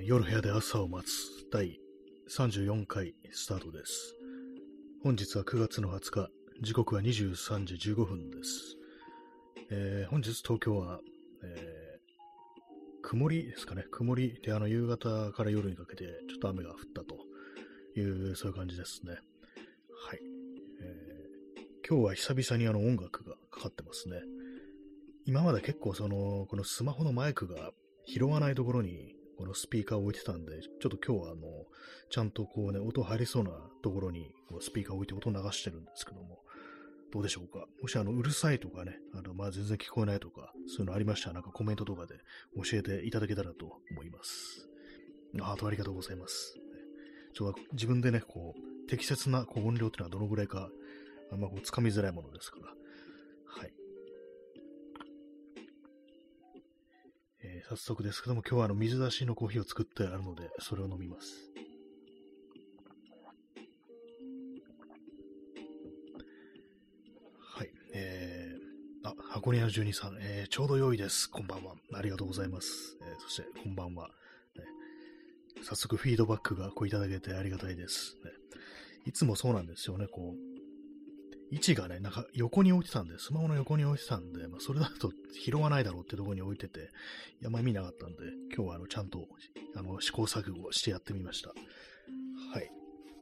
夜部屋で朝を待つ第34回スタートです。本日は9月の20日、時刻は23時15分です。本日東京は、曇りですかね。曇りで夕方から夜にかけてちょっと雨が降ったというそういう感じですね。はい。今日は久々に音楽がかかってますね。今まで結構このスマホのマイクが拾わないところにこのスピーカーを置いてたんで、ちょっと今日はちゃんと音入りそうなところにスピーカーを置いて音を流してるんですけども、どうでしょうか。もしうるさいとかね、全然聞こえないとか、そういうのありましたら、コメントとかで教えていただけたらと思います。ハートありがとうございます。自分でね、適切な音量っていうのはどのぐらいか、つかみづらいものですから。はい。早速ですけども、今日は水出しのコーヒーを作ってあるので、それを飲みます。はい。箱庭12さん、ちょうど良いです。こんばんは。ありがとうございます。そして、こんばんは。早速、フィードバックがいただけてありがたいです。いつもそうなんですよね、位置がね、横に置いてたんで、スマホの横に置いてたんで、それだと拾わないだろうってところに置いてて、あんまり見なかったんで、今日はちゃんと試行錯誤してやってみました。はい。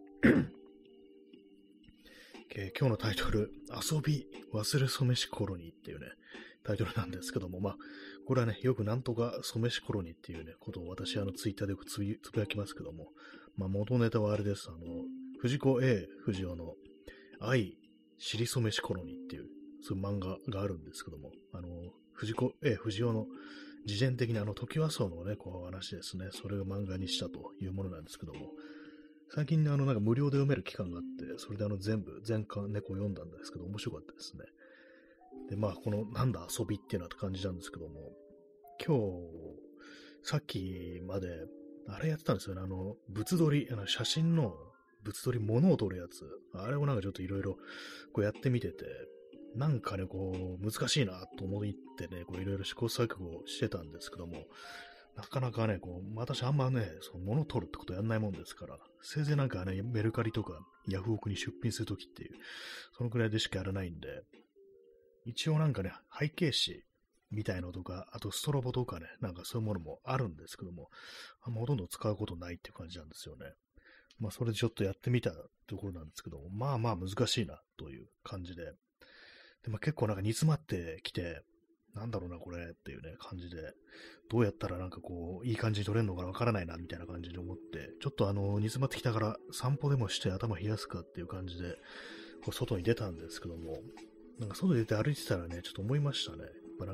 今日のタイトル、遊び忘れ初めし頃にっていうね、タイトルなんですけども、これはね、よくなんとか初めし頃にっていうね、ことを私ツイッターでよくつぶやきますけども、元ネタはあれです。藤子 A 不二雄の愛知り初めし頃にっていう、そういう漫画があるんですけども、藤子 A 不二雄の自伝的にトキワ荘のね、話ですね、それを漫画にしたというものなんですけども、最近ね、無料で読める期間があって、それで全巻猫を読んだんですけど、面白かったですね。で、この、なんだ遊びっていうのは感じなんですけども、今日、さっきまで、あれやってたんですよね、物撮り、写真の物撮り、物を撮るやつ、あれをちょっといろいろやってみてて、難しいなと思ってね、いろいろ試行錯誤してたんですけども、なかなかね、私あんまね、物を取るってことやんないもんですから、せいぜいメルカリとかヤフオクに出品するときっていう、そのくらいでしかやらないんで、一応背景紙みたいのとか、あとストロボとかね、そういうものもあるんですけども、ほとんど使うことないっていう感じなんですよね。それでちょっとやってみたところなんですけども、難しいなという感じで、で結構煮詰まってきて、なんだろうな、これっていうね、感じで、どうやったらいい感じに撮れるのかわからないな、みたいな感じで思って、ちょっと煮詰まってきたから散歩でもして頭冷やすかっていう感じで、外に出たんですけども、外に出て歩いてたらね、ちょっと思いましたね。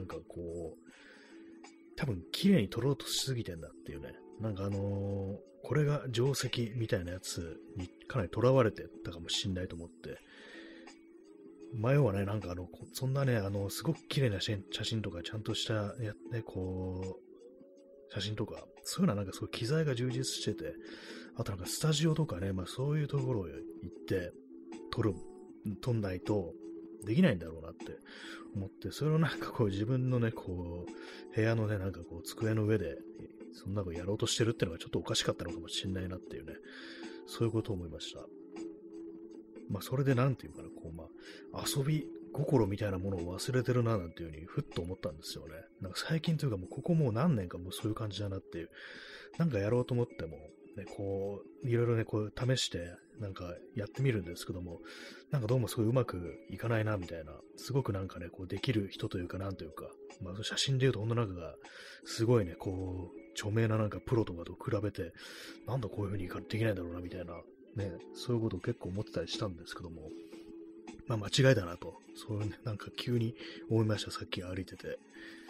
多分綺麗に撮ろうとしすぎてんだっていうね、これが定石みたいなやつにかなり囚われてたかもしんないと思って、前はね、そんなね、すごく綺麗な写真とか、ちゃんとしたね、写真とか、そういうのはすごい機材が充実してて、あとスタジオとかね、そういうところへ行って、撮んないとできないんだろうなって思って、それを自分のね、部屋のね、机の上で、そんなことやろうとしてるっていうのがちょっとおかしかったのかもしれないなっていうね、そういうことを思いました。それでなんていうかな、遊び心みたいなものを忘れてるな、なんていうふうに、ふっと思ったんですよね。最近というかここもう何年かもうそういう感じだなっていう、やろうと思っても、ね、いろいろね、試して、やってみるんですけども、どうもすごいうまくいかないな、みたいな、すごくできる人というか、なんというか、写真で言うと、ほんとが、すごいね、著名なプロとかと比べて、なんだこういう風にできないんだろうな、みたいな、ね、そういうことを結構思ってたりしたんですけども、間違いだなと、そういうね、急に思いました、さっき歩いてて。やっ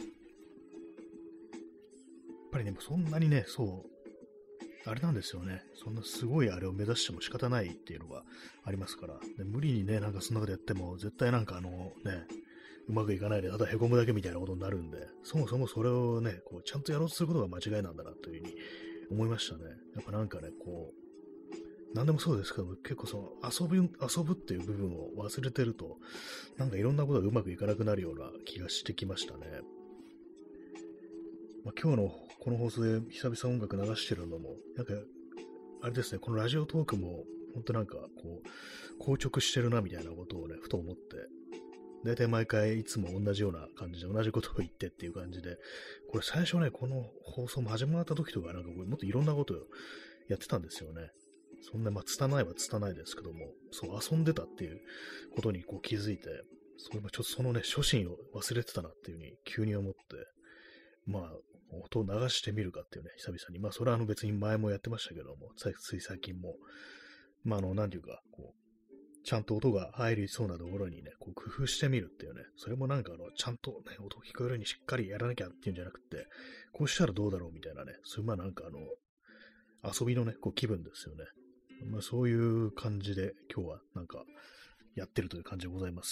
ぱりね、そんなにね、あれなんですよね、そんなすごいあれを目指しても仕方ないっていうのがありますから、で無理にね、そんなことやっても、絶対ね、うまくいかないで、ただ凹むだけみたいなことになるんで、そもそもそれをね、ちゃんとやろうとすることが間違いなんだなというふうに思いましたね。やっぱなんでもそうですけど、結構遊ぶっていう部分を忘れてると、いろんなことがうまくいかなくなるような気がしてきましたね。 今日のこの放送で久々音楽流してるのも、なんか、あれですね、このラジオトークも、本当なんか、硬直してるな、みたいなことをね、ふと思って、大体毎回いつも同じような感じで、同じことを言ってっていう感じで、これ最初ね、この放送も始まった時とか、なんかもっといろんなことをやってたんですよね。そんな、拙いは拙いですけども、そう、遊んでたっていうことに気づいて、ちょっとそのね、初心を忘れてたなっていうふうに急に思って、音を流してみるかっていうね、久々に。それは別に前もやってましたけども、つい最近も。なんていうか、ちゃんと音が入りそうなところにね、工夫してみるっていうね、それもなんかちゃんとね、音聞こえるようにしっかりやらなきゃっていうんじゃなくて、こうしたらどうだろうみたいなね、そういうなんか遊びのね、気分ですよね。そういう感じで今日はなんかやってるという感じでございます。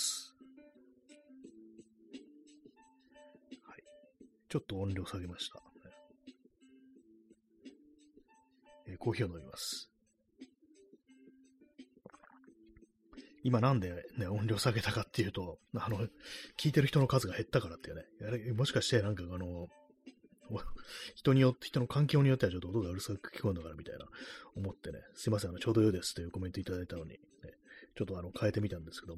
はい。ちょっと音量下げました。コーヒーを飲みます。今なんでね、音量下げたかっていうと、聞いてる人の数が減ったからっていうね、もしかしてなんか人によって、人の環境によってはちょっと音がうるさく聞こえるのかなみたいな思ってね、すいません、ちょうどよいですというコメントいただいたのに、ね、ちょっと変えてみたんですけど、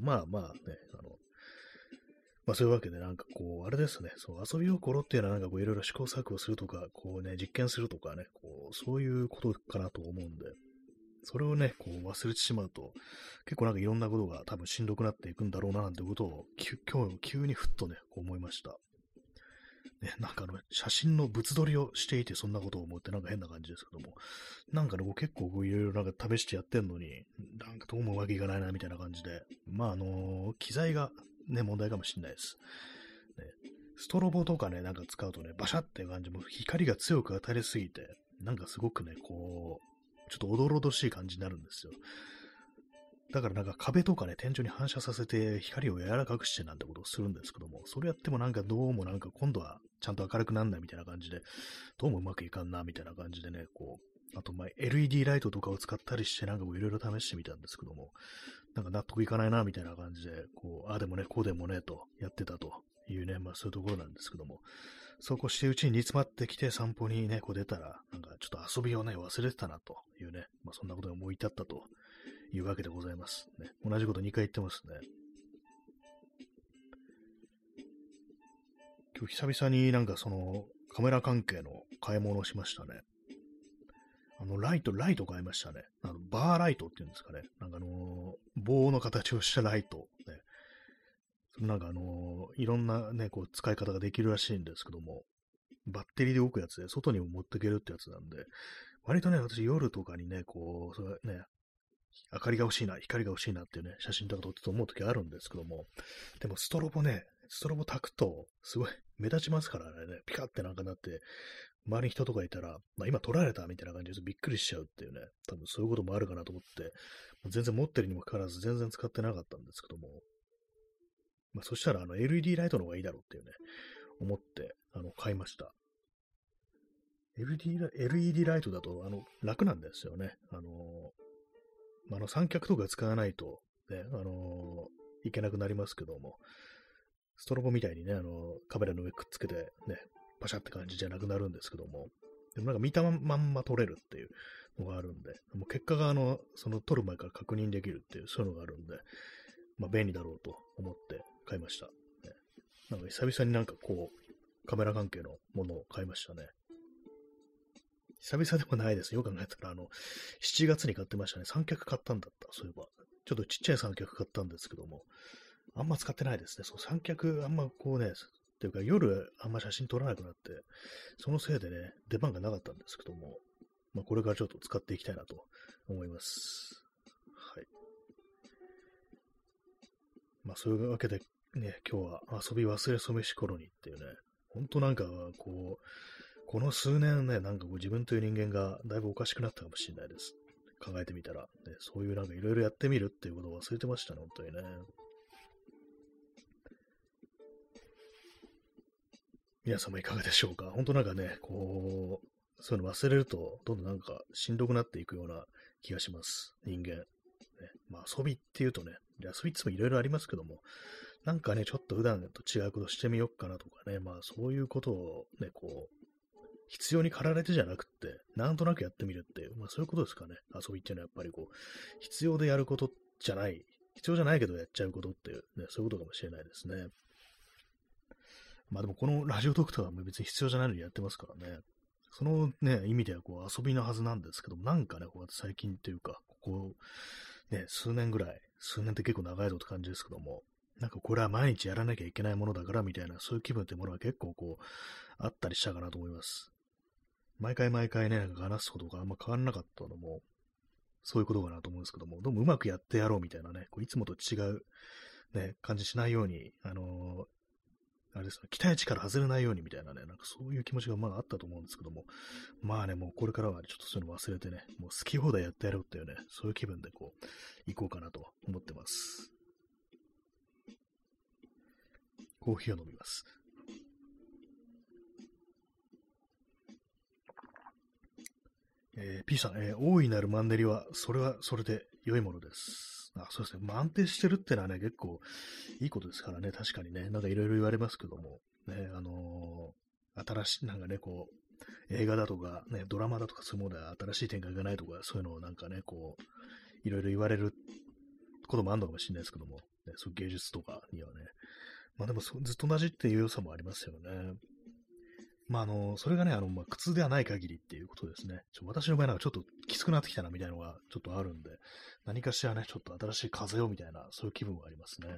そういうわけでなんかあれですね、そう遊び心っていうのはなんかいろいろ試行錯誤するとか、実験するとかね、そういうことかなと思うんで、それをね、忘れてしまうと、結構なんかいろんなことが多分しんどくなっていくんだろうななんてことを、今日急にふっとね、思いました。ね、なんか写真の物撮りをしていてそんなことを思ってなんか変な感じですけども、なんかね、結構いろいろなんか試してやってんのに、なんかどうもうまくいかないなみたいな感じで、機材がね、問題かもしれないです。ね、ストロボとかね、なんか使うとね、バシャって感じも光が強く当たりすぎて、なんかすごくね、ちょっとおどろどしい感じになるんですよ。だからなんか壁とかね、天井に反射させて光を柔らかくしてなんてことをするんですけども、それやってもなんかどうもなんか今度はちゃんと明るくなんないみたいな感じで、どうもうまくいかんなみたいな感じでね、あとLED ライトとかを使ったりしてなんかいろいろ試してみたんですけども、なんか納得いかないなみたいな感じで、ああでもね、こうでもねとやってたというね、そういうところなんですけども、そうしてうちに煮詰まってきて散歩にね、出たら、なんかちょっと遊びをね、忘れてたなというね、そんなことに思い至ったというわけでございます。ね、同じこと2回言ってますね。今日久々になんかカメラ関係の買い物をしましたね。ライト買いましたね。バーライトっていうんですかね。なんか棒の形をしたライト。ね、なんかいろんなね、使い方ができるらしいんですけども、バッテリーで動くやつで、外にも持っていけるってやつなんで、割とね、私夜とかにね、それね、明かりが欲しいな、光が欲しいなっていうね、写真とか撮って思う時あるんですけども、でもストロボ焚くと、すごい目立ちますからね、ピカってなんかなって、周りに人とかいたら、今撮られたみたいな感じでびっくりしちゃうっていうね、多分そういうこともあるかなと思って、全然持ってるにもかかわらず全然使ってなかったんですけども、そしたらLED ライトの方がいいだろうっていうね、思って、買いました。LED ライトだと、楽なんですよね。三脚とか使わないと、ね、いけなくなりますけども、ストロボみたいにね、カメラの上くっつけて、ね、パシャって感じじゃなくなるんですけども、でもなんか見たまんま撮れるっていうのがあるんで、もう結果がその撮る前から確認できるっていう、そういうのがあるんで、便利だろうと思って買いました。ね、なんか久々になんかカメラ関係のものを買いましたね。久々でもないです。よく考えたら、7月に買ってましたね。三脚買ったんだった。そういえば。ちょっとちっちゃい三脚買ったんですけども、あんま使ってないですね。三脚、あんまっていうか夜あんま写真撮らなくなって、そのせいでね、出番がなかったんですけども、これからちょっと使っていきたいなと思います。はい。そういうわけでね、今日は遊び忘れそめし頃にっていうね、ほんとなんかこの数年ね、なんか自分という人間がだいぶおかしくなったかもしれないです。考えてみたら、ね、そういうなんかいろいろやってみるっていうことを忘れてましたね、本当にね。皆様いかがでしょうか。本当なんかね、そういうの忘れると、どんどんなんかしんどくなっていくような気がします、人間。ね、遊びっていうとね、遊びってもいろいろありますけども、なんかね、ちょっと普段と違うことしてみようかなとかね、そういうことをね、 必要に駆られてじゃなくって、なんとなくやってみるっていう、まあそういうことですかね。遊びっていうのはやっぱりこう、必要でやることじゃない、必要じゃないけどやっちゃうことっていう、ね、そういうことかもしれないですね。まあでもこのラジオドクターは別に必要じゃないのにやってますからね。そのね、意味ではこう遊びのはずなんですけども、なんかね、こう最近というか、ここ、ね、数年ぐらい、数年って結構長いぞって感じですけども、なんかこれは毎日やらなきゃいけないものだからみたいな、そういう気分ってものは結構こう、あったりしたかなと思います。毎回毎回ね、なんか話すことがあんま変わらなかったのも、そういうことかなと思うんですけども、どうもうまくやってやろうみたいなね、こういつもと違うね、感じしないように、あれですね、期待値から外れないようにみたいなね、なんかそういう気持ちがまああったと思うんですけども、まあね、もうこれからはちょっとそういうの忘れてね、もう好き放題やってやろうっていうね、そういう気分でこう、行こうかなと思ってます。コーヒーを飲みます。P さん、大いなるマンネリは、それはそれで良いものです。あ、そうですね。まあ安定してるってのはね、結構いいことですからね、確かにね、なんかいろいろ言われますけども、ね、新しい、なんかね、こう、映画だとか、ね、ドラマだとかそういうもので新しい展開がないとか、そういうのをなんかね、こう、いろいろ言われることもあるのかもしれないですけども、ね、そういう芸術とかにはね、まあでもずっと同じっていう良さもありますよね。まあ、それがね、まあ、苦痛ではない限りっていうことですね。私の場合なんかちょっときつくなってきたなみたいなのがちょっとあるんで、何かしらね、ちょっと新しい風をみたいな、そういう気分がありますね。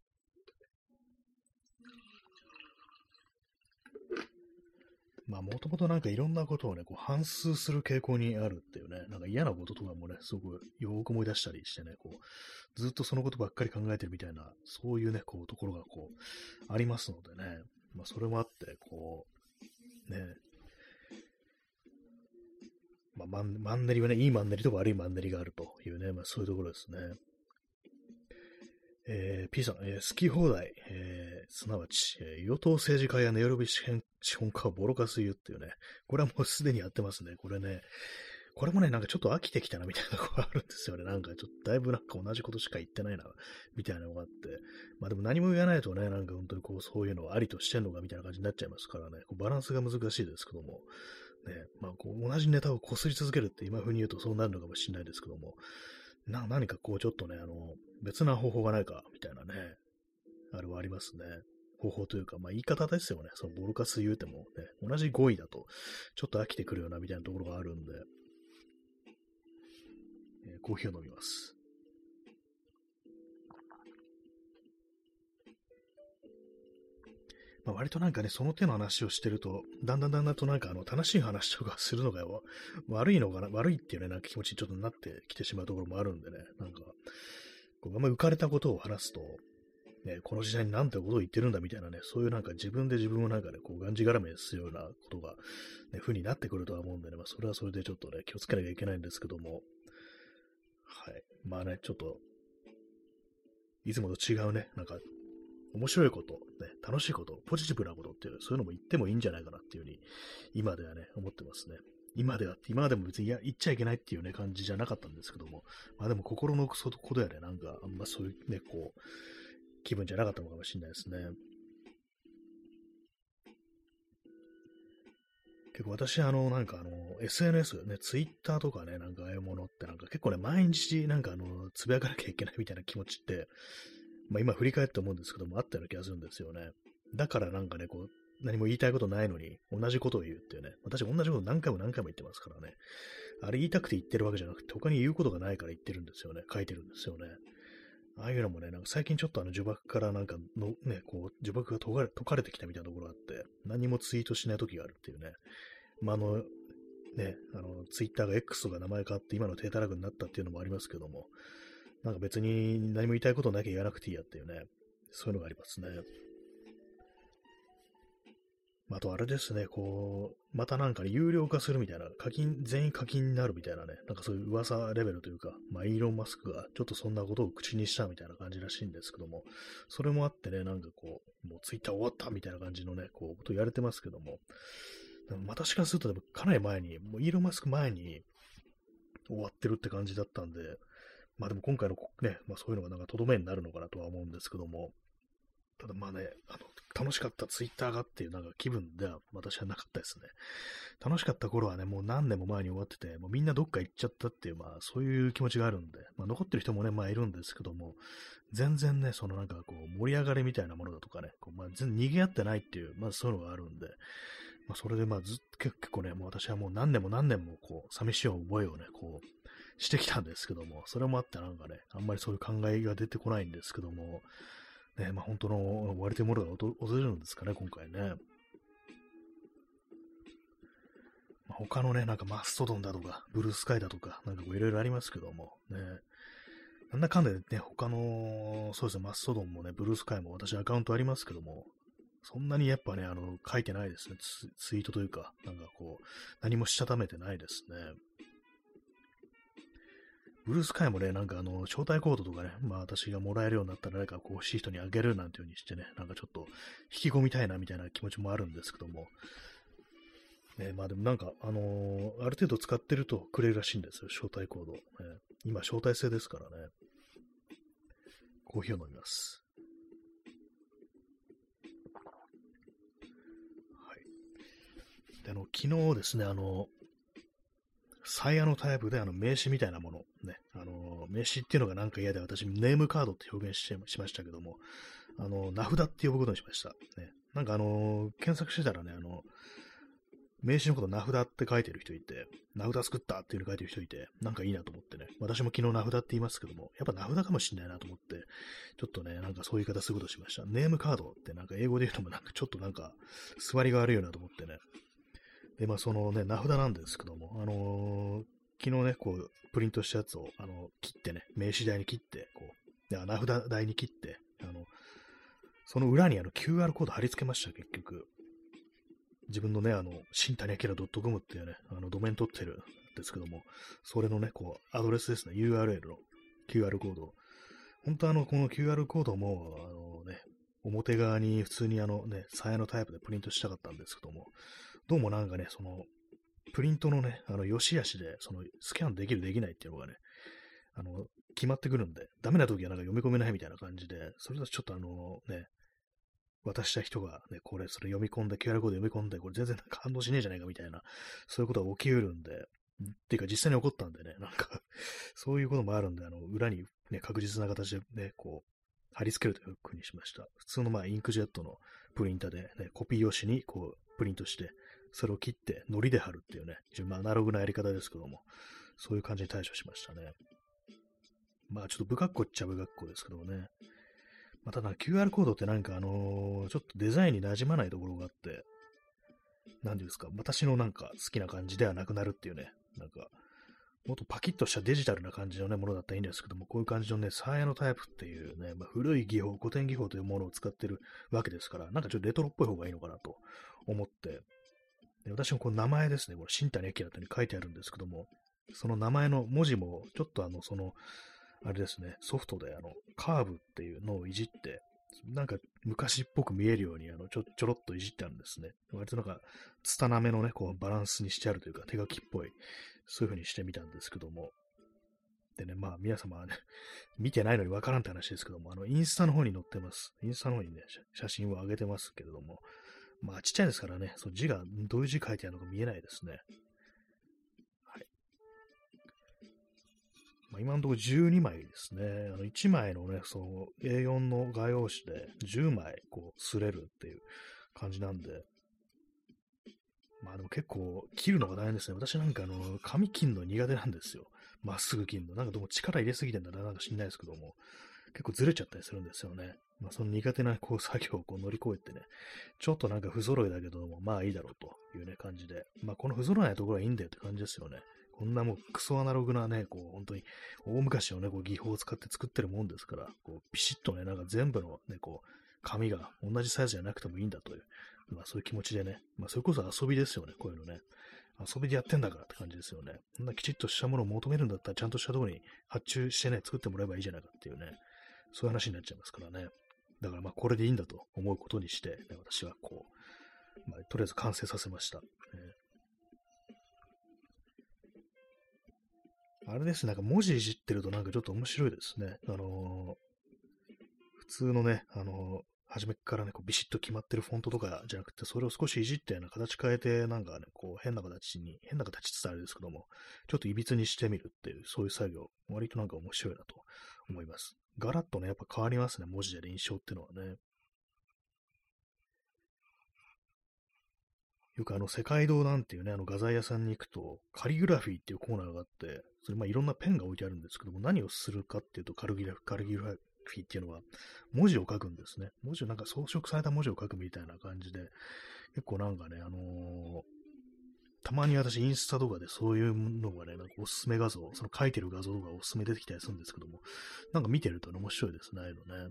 まあ、もともとなんかいろんなことをね、こう反芻する傾向にあるっていうね、なんか嫌なこととかもね、すごくよく思い出したりしてね、こう、ずっとそのことばっかり考えてるみたいな、そういうね、こう、ところがこう、ありますのでね、まあ、それもあって、こう、ね、まあ、マンネリはね、いいマンネリと悪いマンネリがあるというね、まあ、そういうところですね。P さん、好き放題、すなわち、与党政治家やネオロビ資本家をボロカス言うっていうね、これはもうすでにやってますね。これね、これもね、なんかちょっと飽きてきたなみたいなところがあるんですよね。なんかちょっとだいぶなんか同じことしか言ってないな、みたいなのがあって。まあでも何も言わないとね、なんか本当にこう、そういうのをありとしてんのかみたいな感じになっちゃいますからね、こうバランスが難しいですけども、ね、まあこう同じネタをこすり続けるって今風に言うとそうなるのかもしれないですけども、何かこうちょっとね、別な方法がないか、みたいなね、あれはありますね。方法というか、まあ言い方ですよね。そのボルカス言うてもね、同じ語彙だと、ちょっと飽きてくるようなみたいなところがあるんで、コーヒーを飲みます。まあ、割となんかね、その手の話をしてると、だんだんとなんか楽しい話とかするのが悪いのかな、悪いっていうね、なんか気持ちにちょっとなってきてしまうところもあるんでね、なんか、こうあんまり浮かれたことを話すと、ね、この時代になんてことを言ってるんだみたいなね、そういうなんか自分で自分をなんかね、こう、がんじがらめするようなことが、ね、風になってくるとは思うんでね、まあ、それはそれでちょっとね、気をつけなきゃいけないんですけども、はい。まあね、ちょっと、いつもと違うね、なんか、面白いこと、ね、楽しいこと、ポジティブなことっていう、そういうのも言ってもいいんじゃないかなっていうふうに、今ではね、思ってますね。今までも別に言っちゃいけないっていうね、感じじゃなかったんですけども、まあでも心の奥底ことやね、なんか、あんまそういうね、こう、気分じゃなかったのかもしれないですね。結構私、なんかSNS、ね、ツイッターとかね、なんかああいうものってなんか結構ね、毎日なんかつぶやかなきゃいけないみたいな気持ちって、まあ今振り返って思うんですけども、あったような気がするんですよね。だからなんかね、こう、何も言いたいことないのに、同じことを言うっていうね。私同じこと何回も言ってますからね。あれ言いたくて言ってるわけじゃなくて、他に言うことがないから言ってるんですよね。書いてるんですよね。ああいうのもね、なんか最近ちょっと呪縛からなんかの、ね、こう、呪縛が解かれてきたみたいなところがあって、何もツイートしない時があるっていうね。まあ、ね、ツイッターが X とか名前変わって今の低たらくになったっていうのもありますけども、なんか別に何も言いたいことなきゃ言わなくていいやっていうね、そういうのがありますね。あとあれですね、こう、またなんかね、有料化するみたいな、全員課金になるみたいなね、なんかそういう噂レベルというか、まあ、イーロン・マスクがちょっとそんなことを口にしたみたいな感じらしいんですけども、それもあってね、なんかこう、もうツイッター終わったみたいな感じのね、こう、こと言われてますけども、でも私からすると、でもかなり前に、もうイーロン・マスク前に終わってるって感じだったんで、まあでも今回のね、まあそういうのがなんかとどめになるのかなとは思うんですけども、 ただまあね、楽しかったツイッターがっていうなんか気分では私はなかったですね。楽しかった頃はね、もう何年も前に終わってて、もうみんなどっか行っちゃったっていう、まあそういう気持ちがあるんで、まあ残ってる人もね、まあいるんですけども、全然ね、そのなんかこう盛り上がりみたいなものだとかね、こうまあ全然賑わってないっていう、まあそういうのがあるんで、まあそれでまあ結構ね、もう私はもう何年も何年もこう寂しい思いをね、こうしてきたんですけども、それもあってなんかね、あんまりそういう考えが出てこないんですけども、ね、まあ本当の終わりというものが訪れるんですかね、今回ね。まあ、他のね、なんかマストドンだとか、ブルースカイだとか、なんかこういろいろありますけども、ね、なんだかんだでね、他の、そうですね、マストドンもね、ブルースカイも私アカウントありますけども、そんなにやっぱね、書いてないですね、ツイートというか、なんかこう、何もしたためてないですね。ブルースカイもね、なんか招待コードとかね、まあ私がもらえるようになったら誰かこう欲しい人にあげるなんていう風にしてね、なんかちょっと引き込みたいなみたいな気持ちもあるんですけども、ね、まあでもなんか、ある程度使ってるとくれるらしいんですよ、招待コード。今、招待制ですからね。コーヒーを飲みます。はい。で、昨日ですね、サイヤのタイプで名刺みたいなもの、ね、名刺っていうのがなんか嫌で、私、ネームカードって表現しましたけども、名札って呼ぶことにしました。ね、なんか検索してたらね、名刺のこと名札って書いてる人いて、名札作ったっていうの書いてる人いて、なんかいいなと思ってね、私も昨日名札って言いますけども、やっぱ名札かもしんないなと思って、ちょっとね、なんかそういう言い方することしました。ネームカードってなんか英語で言うともなんかちょっとなんか座りが悪いよなと思ってね。で、まあそのね、名札なんですけども、昨日ね、こう、プリントしたやつを、切ってね、名刺台に切って、こう、で名札台に切って、その裏にQR コード貼り付けました、結局。自分のね、新谷明 .com っていうね、ドメイン取ってるんですけども、それのね、こう、アドレスですね、URL の QR コード。本当この QR コードも、ね、表側に普通にね、サヤのタイプでプリントしたかったんですけども、どうもなんかね、その、プリントのね、良し悪しで、その、スキャンできるできないっていうのがね、決まってくるんで、ダメな時はなんか読み込めないみたいな感じで、それだとちょっとね、渡した人がね、それ読み込んで、QR コード読み込んで、これ全然反応しねえじゃないかみたいな、そういうことが起きうるんで、っていうか実際に起こったんでね、なんかそういうこともあるんで、裏にね、確実な形でね、こう、貼り付けるという風にしました。普通のまあ、インクジェットのプリンターでね、コピー用紙にこう、プリントして、それを切って、糊で貼るっていうね、非常にまあ、アナログなやり方ですけども、そういう感じに対処しましたね。まあ、ちょっと不格好っちゃ不格好ですけどもね。まあ、ただ QR コードってなんかちょっとデザインに馴染まないところがあって、なんていうんですか、私のなんか好きな感じではなくなるっていうね、なんか、もっとパキッとしたデジタルな感じのね、ものだったらいいんですけども、こういう感じのね、サーヤのタイプっていうね、まあ、古い技法、古典技法というものを使ってるわけですから、なんかちょっとレトロっぽい方がいいのかなと思って、で私もこの名前ですね、これ、新谷明って書いてあるんですけども、その名前の文字も、ちょっとその、あれですね、ソフトでカーブっていうのをいじって、なんか昔っぽく見えるようにちょろっといじってあるんですね。割となんか、拙めのね、こうバランスにしてあるというか、手書きっぽい、そういう風にしてみたんですけども。でね、まあ皆様はね、見てないのにわからんって話ですけども、インスタの方に載ってます。インスタの方にね、写真を上げてますけれども、まあちっちゃいですからね、その字がどういう字書いてあるのか見えないですね。まあ、今のところ12枚ですね。1枚のね、その A4 の画用紙で10枚こう擦れるっていう感じなんで、まあでも結構切るのが大変ですね。私なんか紙切るの苦手なんですよ。まっすぐ切るの。なんかどうも力入れすぎてんだな、なんか知んないですけども、結構ずれちゃったりするんですよね。まあその苦手なこう作業をこう乗り越えてね、ちょっとなんか不揃いだけども、まあいいだろうというね感じで、まあこの不揃いないところはいいんだよって感じですよね。こんなもうクソアナログなね、こう本当に大昔のね、こう技法を使って作ってるもんですから、こうピシッとね、なんか全部のね、こう紙が同じサイズじゃなくてもいいんだという、まあそういう気持ちでね、まあそれこそ遊びですよね、こういうのね。遊びでやってんだからって感じですよね。そんなきちっとしたものを求めるんだったら、ちゃんとしたところに発注してね、作ってもらえばいいじゃないかっていうね、そういう話になっちゃいますからね。だからまあこれでいいんだと思うことにして、ね、私はこう、まあ、とりあえず完成させました。あれですね、なんか文字いじってるとなんかちょっと面白いですね。普通のね、 初めからね、こうビシッと決まってるフォントとかじゃなくて、それを少しいじって、形変えて、なんかね、こう変な形に、変な形って言ったらあれですけども、ちょっと歪にしてみるっていう、そういう作業、割となんか面白いなと思います。ガラッとね、やっぱ変わりますね、文字で印象っていうのはね。よく世界堂なんていうね、画材屋さんに行くと、カリグラフィーっていうコーナーがあって、それいろんなペンが置いてあるんですけども、何をするかっていうと、カリグラフィーっていうのは、文字を書くんですね。文字をなんか装飾された文字を書くみたいな感じで、結構なんかね、たまに私インスタとかでそういうのがね、なんかおすすめ画像、その書いてる画像とかおすすめ出てきたりするんですけども、なんか見てるとね、面白いですね、ああいうのね。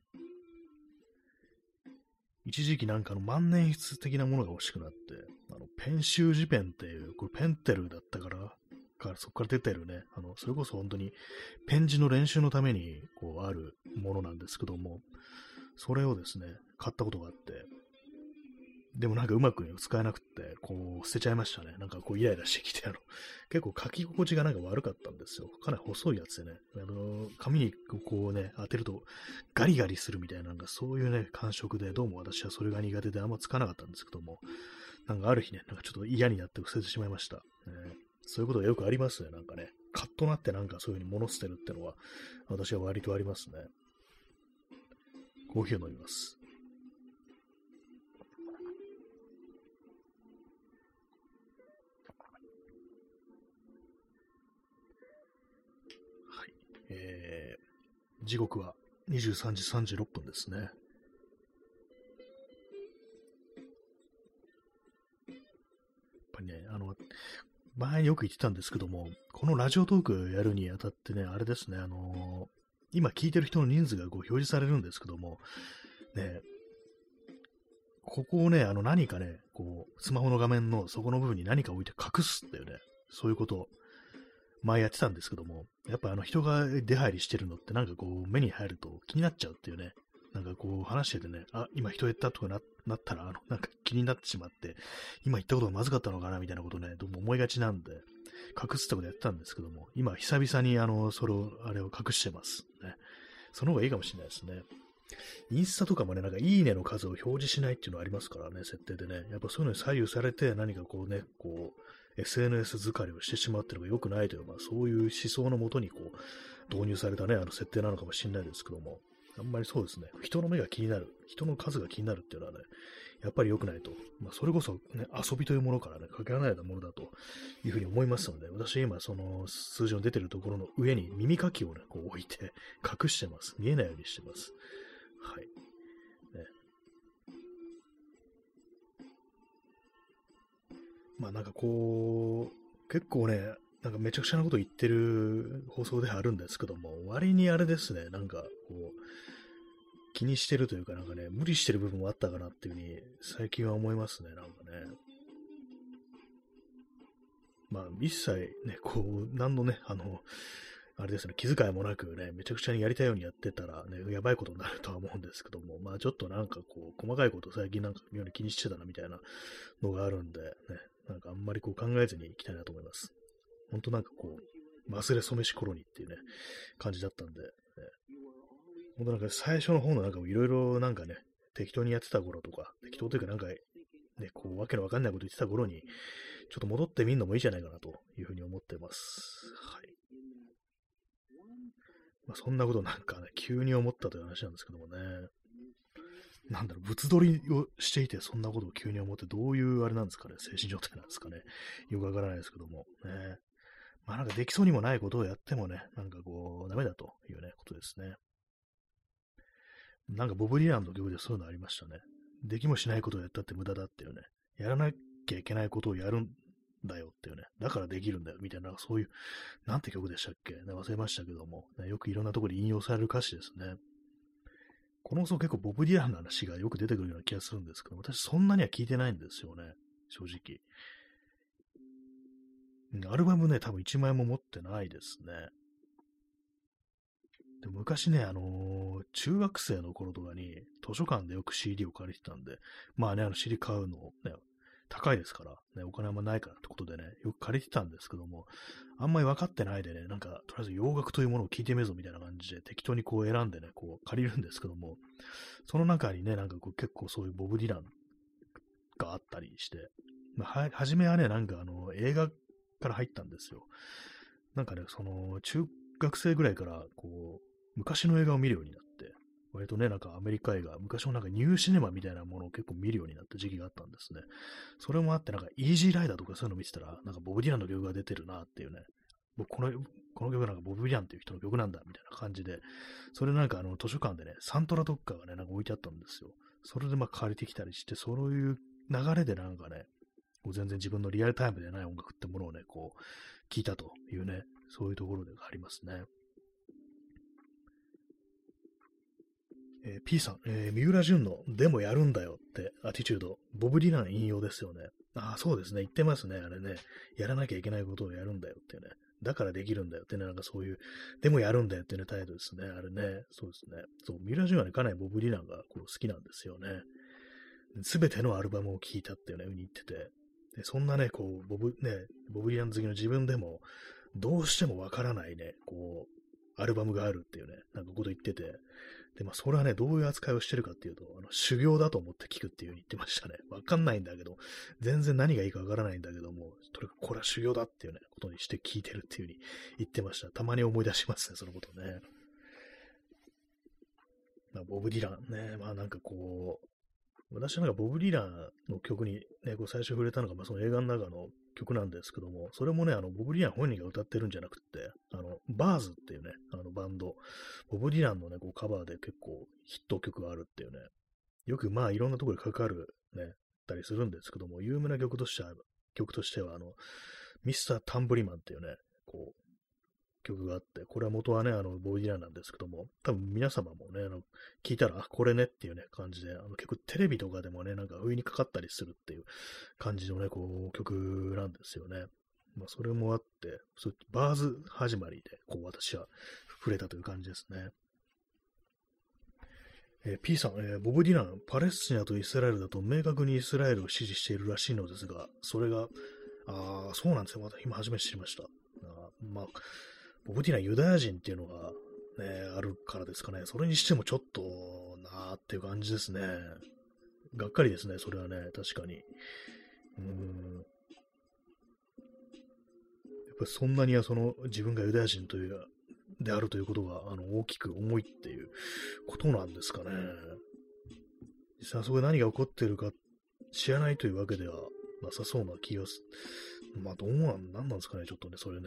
一時期なんか万年筆的なものが欲しくなって、ペン習字ペンっていう、これペンテルだったからそこから出てるね、それこそ本当にペン字の練習のために、あるものなんですけども、それをですね、買ったことがあって、でもなんかうまく使えなくって、捨てちゃいましたね。なんかイライラしてきて、結構書き心地がなんか悪かったんですよ。かなり細いやつでね、紙に当てるとガリガリするみたいな、なんかそういうね、感触で、どうも私はそれが苦手であんまつかなかったんですけども、なんかある日ね、なんかちょっと嫌になって捨ててしまいました。そういうことがよくありますね、なんかね。カッとなってなんかそういう風に物捨てるってのは、私は割とありますね。コーヒーを飲みます。はい。時刻は23時36分ですね。やっぱりね、前によく言ってたんですけども、このラジオトークやるにあたってね、あれですね、今聞いてる人の人数が表示されるんですけども、ね、ここをね、何かね、スマホの画面のそこの部分に何か置いて隠すっていうね、そういうことを前やってたんですけども、やっぱ人が出入りしてるのってなんか目に入ると気になっちゃうっていうね、なんか話しててね、あ、今人減ったとかなったら、なんか気になってしまって、今言ったことがまずかったのかなみたいなことね、どうも思いがちなんで、隠すってことやってたんですけども、今久々にあれを隠してますね。その方がいいかもしれないですね。インスタとかもね、なんかいいねの数を表示しないっていうのありますからね、設定でね。やっぱそういうのに左右されて何かSNS 疲れをしてしまうっていうのが良くないという、そういう思想のもとに導入されたね、設定なのかもしれないですけども、あんまりそうですね、人の目が気になる、人の数が気になるっていうのはね、やっぱり良くないと。それこそね、遊びというものからね、かけ離れたものだというふうに思いますので、私今その数字の出てるところの上に耳かきをね、置いて隠してます。見えないようにしてます。はい。ね、なんか結構ね、なんかめちゃくちゃなこと言ってる放送ではあるんですけども、割にあれですね、なんか気にしてるというかなんかね、無理してる部分もあったかなっていうふうに最近は思いますね、なんかね。一切ね、何のね、あれですね、気遣いもなくね、めちゃくちゃにやりたいようにやってたらね、やばいことになるとは思うんですけども、ちょっとなんか細かいことを最近なんか妙に気にしてたなみたいなのがあるんで、ね、なんかあんまり考えずにいきたいなと思います。ほんとなんか忘れ初めし頃にっていうね、感じだったんで、ね、ほんとなんか最初の方のなんかいろいろなんかね、適当にやってた頃とか、適当というかなんかね、わけのわかんないこと言ってた頃に、ちょっと戻ってみるのもいいじゃないかなというふうに思ってます。はい。そんなことなんかね、急に思ったという話なんですけどもね。なんだろう、物撮りをしていて、そんなことを急に思って、どういうあれなんですかね、精神状態なんですかね。よくわからないですけども。ね。なんかできそうにもないことをやってもね、なんかダメだというね、ことですね。なんかボブ・ディランの曲でそういうのありましたね。できもしないことをやったって無駄だっていうね。やらなきゃいけないことをやるんだよっていうね。だからできるんだよみたいな、そういう、なんて曲でしたっけ、ね、忘れましたけども、ね、よくいろんなところで引用される歌詞ですね。この放送結構ボブ・ディランの話がよく出てくるような気がするんですけど、私そんなには聞いてないんですよね。正直。アルバムね、多分1枚も持ってないですね。で昔ね、中学生の頃とかに図書館でよく CD を借りてたんで、CD 買うのをね、 高いですから、ね、お金あんまないからってことでね、よく借りてたんですけども、あんまり分かってないでね、なんか、とりあえず洋楽というものを聞いてみるぞみたいな感じで適当にこう選んでね、こう借りるんですけども、その中にね、なんかこう結構そういうボブ・ディランがあったりして、はじめはね、なんか映画から入ったんですよ。なんかね、その、中学生ぐらいから、こう、昔の映画を見るようになって、割とね、なんかアメリカ映画、昔のなんかニューシネマみたいなものを結構見るようになった時期があったんですね。それもあって、なんかイージーライダーとかそういうの見てたら、なんかボブ・ディランの曲が出てるなっていうね、僕この曲なんかボブ・ディランっていう人の曲なんだ、みたいな感じで、それなんか図書館でね、サントラとかがね、なんか置いてあったんですよ。それでまあ借りてきたりして、そういう流れでなんかね、こう全然自分のリアルタイムでない音楽ってものをね、こう、聞いたというね、そういうところでありますね。P さん、三浦淳のでもやるんだよってアティチュード、ボブ・ディラン引用ですよね。ああ、そうですね。言ってますね。あれね。やらなきゃいけないことをやるんだよってね。だからできるんだよってね。なんかそういう、でもやるんだよってね、態度ですね。あれね。そうですね。そう、三浦淳はね、かなりボブ・ディランがこう好きなんですよね。すべてのアルバムを聴いたっていうね、ふうに言ってて。でそんなね、こう、ボブ・ディラン好きの自分でも、どうしてもわからないね、こう、アルバムがあるっていうね、なんかこと言ってて、で、まあ、それはね、どういう扱いをしてるかっていうと、修行だと思って聞くっていう風に言ってましたね。わかんないんだけど、全然何がいいかわからないんだけども、とにかくこれは修行だっていうね、ことにして聞いてるっていう風に言ってました。たまに思い出しますね、そのことね。まあ、ボブ・ディランね、まあなんかこう、私はなんかボブ・ディランの曲にね、こう最初触れたのが、まあ、その映画の中の曲なんですけども、それもね、ボブ・ディラン本人が歌ってるんじゃなくて、バーズっていうね、バンド、ボブ・ディランのね、こうカバーで結構ヒット曲があるっていうね、よくまあいろんなところでかかるね、たりするんですけども、有名な曲としては、ミスター・タンブリマンっていうね、こう、曲があって、これは元はね、ボイディランなんですけども、多分皆様もね、聞いたら、あ、これねっていうね、感じで、結構テレビとかでもね、なんか上にかかったりするっていう感じのね、こう、曲なんですよね。まあ、それもあって、バーズ始まりで、こう、私は触れたという感じですね。P さん、ボブ・ディラン、パレスチナとイスラエルだと明確にイスラエルを支持しているらしいのですが、それが、そうなんですよ。また今初めて知りました。まあ、ボブ・ディランユダヤ人っていうのが、ね、あるからですかね。それにしてもちょっとなーっていう感じですね。がっかりですね、それはね、確かに。やっぱりそんなにその自分がユダヤ人であるということが大きく重いっていうことなんですかね。実際そこで何が起こっているか知らないというわけではなさそうな気がする。まあなんなんですかね、ちょっとね、それね。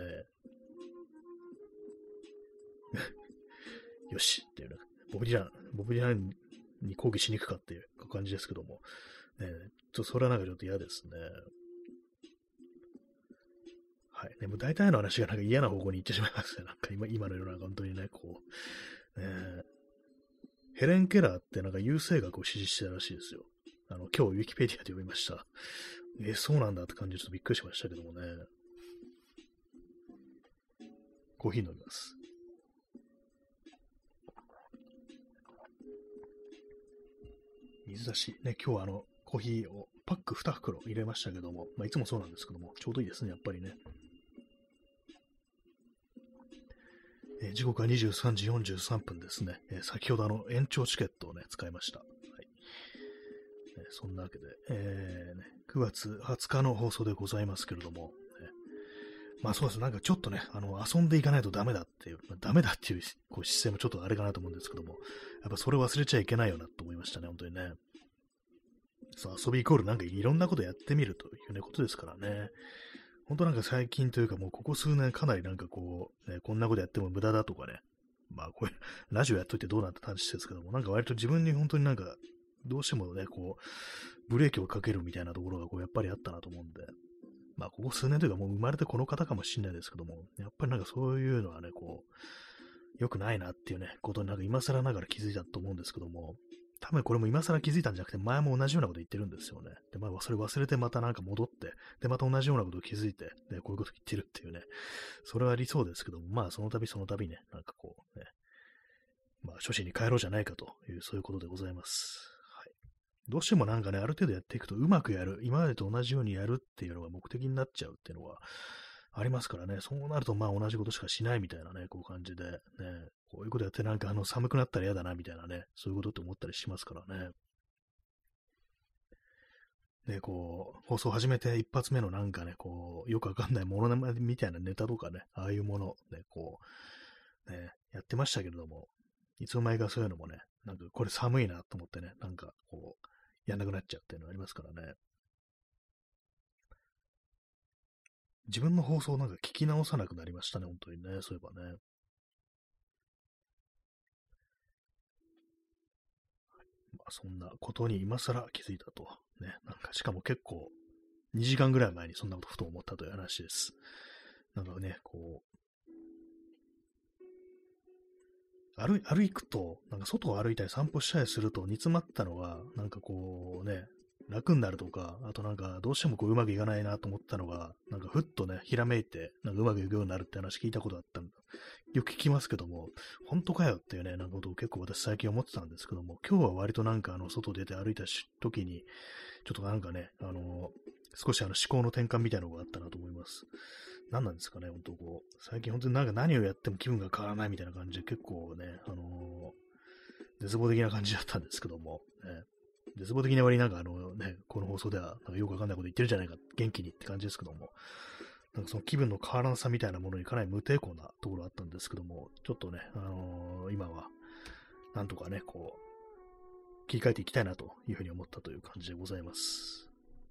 よしっていうね、ボブ・ディランに抗議しに行くかっていう感じですけども、ね、それはなんかちょっと嫌ですね。はい。ね、もう大体の話がなんか嫌な方向に行ってしまいますね。なんか今の世の中本当にね、こう、ヘレン・ケラーってなんか優生学を支持してたらしいですよ。今日ウィキペディアで読みました。そうなんだって感じでちょっとびっくりしましたけどもね。コーヒー飲みます。水出し。ね、今日はコーヒーをパック2袋入れましたけども、まあ、いつもそうなんですけども、ちょうどいいですね、やっぱりね。時刻は23時43分ですね。先ほど延長チケットをね、使いました。はい。そんなわけで、9月20日の放送でございますけれども、まあそうです。なんかちょっとね、遊んでいかないとダメだっていう、ダメだっていうこう姿勢もちょっとあれかなと思うんですけども、やっぱそれ忘れちゃいけないよなと思いましたね、本当にね。そう、遊びイコールなんかいろんなことやってみるというね、ことですからね。本当なんか最近というかもうここ数年かなりなんかこう、ね、こんなことやっても無駄だとかね、まあこれ、ラジオやっといてどうなんて話ですけども、なんか割と自分に本当になんか、どうしてもね、こう、ブレーキをかけるみたいなところがこうやっぱりあったなと思うんで、まあここ数年というかもう生まれてこの方かもしれないですけども、やっぱりなんかそういうのはね、こう、良くないなっていうね、ことになんか今更ながら気づいたと思うんですけども、多分これも今更気づいたんじゃなくて、前も同じようなこと言ってるんですよね。で、まあ、それ忘れてまたなんか戻って、で、また同じようなことを気づいて、で、こういうこと言ってるっていうね。それはありそうですけども、まあ、その度ね、なんかこうね、まあ、初心に帰ろうじゃないかという、そういうことでございます。はい。 どうしてもなんかね、ある程度やっていくとうまくやる、今までと同じようにやるっていうのが目的になっちゃうっていうのはありますからね、そうなるとまあ同じことしかしないみたいなね、こう感じで、ね、こういうことやってなんか寒くなったら嫌だなみたいなね、そういうことって思ったりしますからね。ね、こう、放送始めて一発目のなんかね、こう、よくわかんないものまねみたいなネタとかね、ああいうもの、ね、こう、ね、やってましたけれども、いつの間にかそういうのもね、なんかこれ寒いなと思ってね、なんかこう、やんなくなっちゃうっていうのがありますからね。自分の放送をなんか聞き直さなくなりましたね、本当にね、そういえばね。まあ、そんなことに今更気づいたと。ね、なんかしかも結構2時間ぐらい前にそんなことふと思ったという話です。なんかね、こう、歩くと、なんか外を歩いたり散歩したりすると煮詰まったのが、なんかこうね、楽になるとか、あとなんかどうしてもこううまくいかないなと思ったのが、なんかふっとね、ひらめいて、なんかうまくいくようになるって話聞いたことあったんだ。よく聞きますけども、本当かよっていうね、なんかことを結構私最近思ってたんですけども、今日は割となんか外出て歩いた時に、ちょっとなんかね、少し思考の転換みたいなのがあったなと思います。何なんですかね、本当こう、最近本当になんか何をやっても気分が変わらないみたいな感じで結構ね、絶望的な感じだったんですけども、ね、絶望的な割になんかね、この放送ではなんかよくわかんないこと言ってるじゃないか、元気にって感じですけども、なんかその気分の変わらなさみたいなものにかなり無抵抗なところあったんですけども、ちょっとね、今は、なんとかね、こう、切り替えていきたいなというふうに思ったという感じでございます。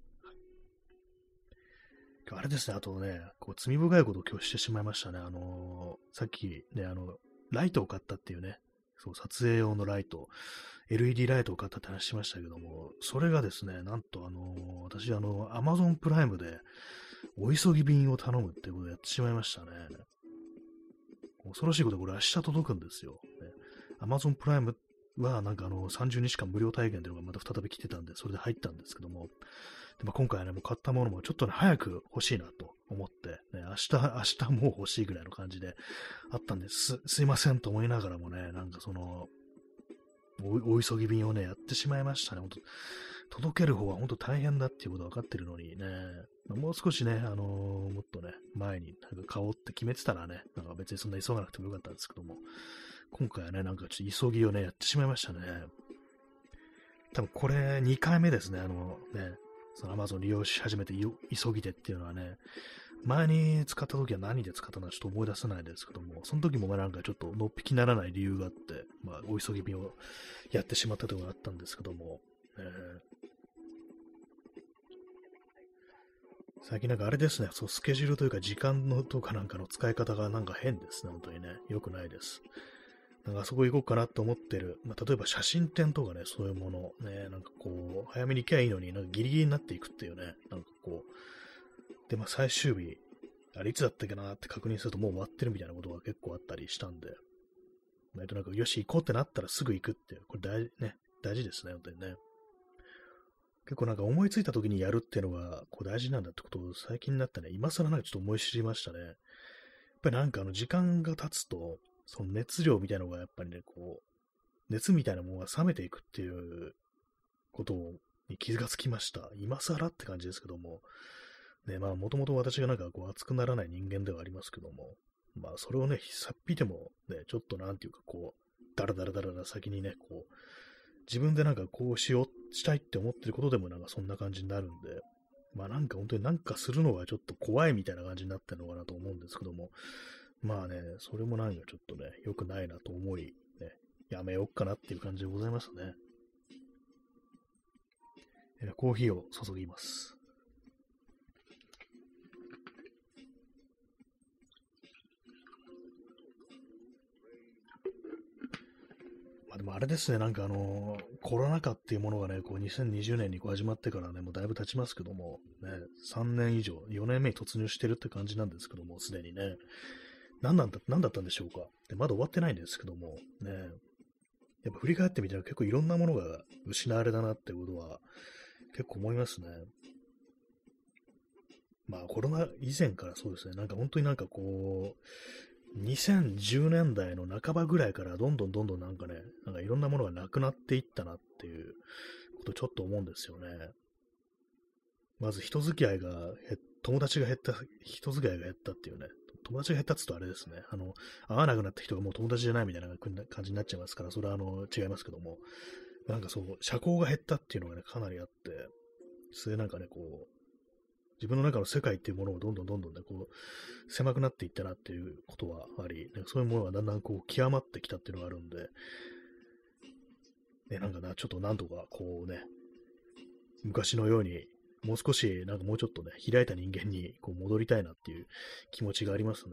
あれですね、あとね、こう罪深いことを今日してしまいましたね。さっきね、ライトを買ったっていうね、そう、撮影用のライト、LED ライトを買ったって話しましたけども、それがですね、なんと私Amazon プライムでお急ぎ便を頼むっていうことをやってしまいましたね。恐ろしいことこれ明日届くんですよ。ね、Amazon プライムはなんか30日間無料体験っていうのがまた再び来てたんで、それで入ったんですけども、で今回はね、もう買ったものもちょっとね、早く欲しいなと思って、ね、明日もう欲しいぐらいの感じであったんです。すいませんと思いながらもね、なんかお急ぎ便をね、やってしまいましたね。本当届ける方は本当大変だっていうことは分かってるのにね、もう少しね、もっとね、前になんか買おうって決めてたらね、なんか別にそんな急がなくてもよかったんですけども、今回はね、なんかちょっと急ぎをね、やってしまいましたね。多分これ2回目ですね、その Amazon 利用し始めて急ぎでっていうのはね、前に使った時は何で使ったのかちょっと思い出せないですけども、その時もなんかちょっとのっぴきならない理由があって、まあ、お急ぎ便をやってしまったところがあったんですけども、最近なんかあれですね、そうスケジュールというか時間のとかなんかの使い方がなんか変ですね、本当にね。良くないです。なんかあそこ行こうかなと思ってる。まあ、例えば写真展とかね、そういうもの、ね、なんかこう、早めに行けばいいのに、なんかギリギリになっていくっていうね、なんかこう、で、まあ最終日、あれいつだったっけなって確認するともう終わってるみたいなことが結構あったりしたんで、なんかよし行こうってなったらすぐ行くっていう、これ大事ですね、本当にね。結構なんか思いついた時にやるっていうのがこう大事なんだってことを最近になってね、今更なんかちょっと思い知りましたね。やっぱりなんか時間が経つと、その熱量みたいなのがやっぱりね、こう、熱みたいなものが冷めていくっていうことに気がつきました。今更って感じですけども、ね、まあもともと私がなんかこう熱くならない人間ではありますけども、まあそれをね、さっぴいてもね、ちょっとなんていうかこう、だら先にね、こう、自分でなんかこうしたいって思ってることでもなんかそんな感じになるんで、まあなんか本当になんかするのがちょっと怖いみたいな感じになってるのかなと思うんですけども、まあね、それもなんかちょっとね、良くないなと思い、ね、やめようかなっていう感じでございますね。コーヒーを注ぎます。まあでもあれですね、なんかコロナ禍っていうものがね、こう2020年にこう始まってからね、もうだいぶ経ちますけども、ね、3年以上、4年目に突入してるって感じなんですけども、すでにね、何だったんでしょうか。で、まだ終わってないんですけども、ね、やっぱ振り返ってみたら結構いろんなものが失われたなってことは結構思いますね。まあコロナ以前からそうですね、なんか本当になんかこう、2010年代の半ばぐらいからどんどんなんかね、なんかいろんなものがなくなっていったなっていうこことちょっと思うんですよね。まず友達が減った、人付き合いが減ったっていうね、友達が減ったって言うとあれですね、会わなくなった人がもう友達じゃないみたいな感じになっちゃいますから、それは違いますけども、なんかそう、社交が減ったっていうのがね、かなりあって、それなんかね、こう、自分の中の世界っていうものをどんどんどんどんね、こう、狭くなっていったなっていうことはあり、なんかそういうものがだんだんこう、極まってきたっていうのがあるんで、ね、なんかな、ちょっとなんとかこうね、昔のように、もう少し、なんかもうちょっとね、開いた人間にこう戻りたいなっていう気持ちがありますね。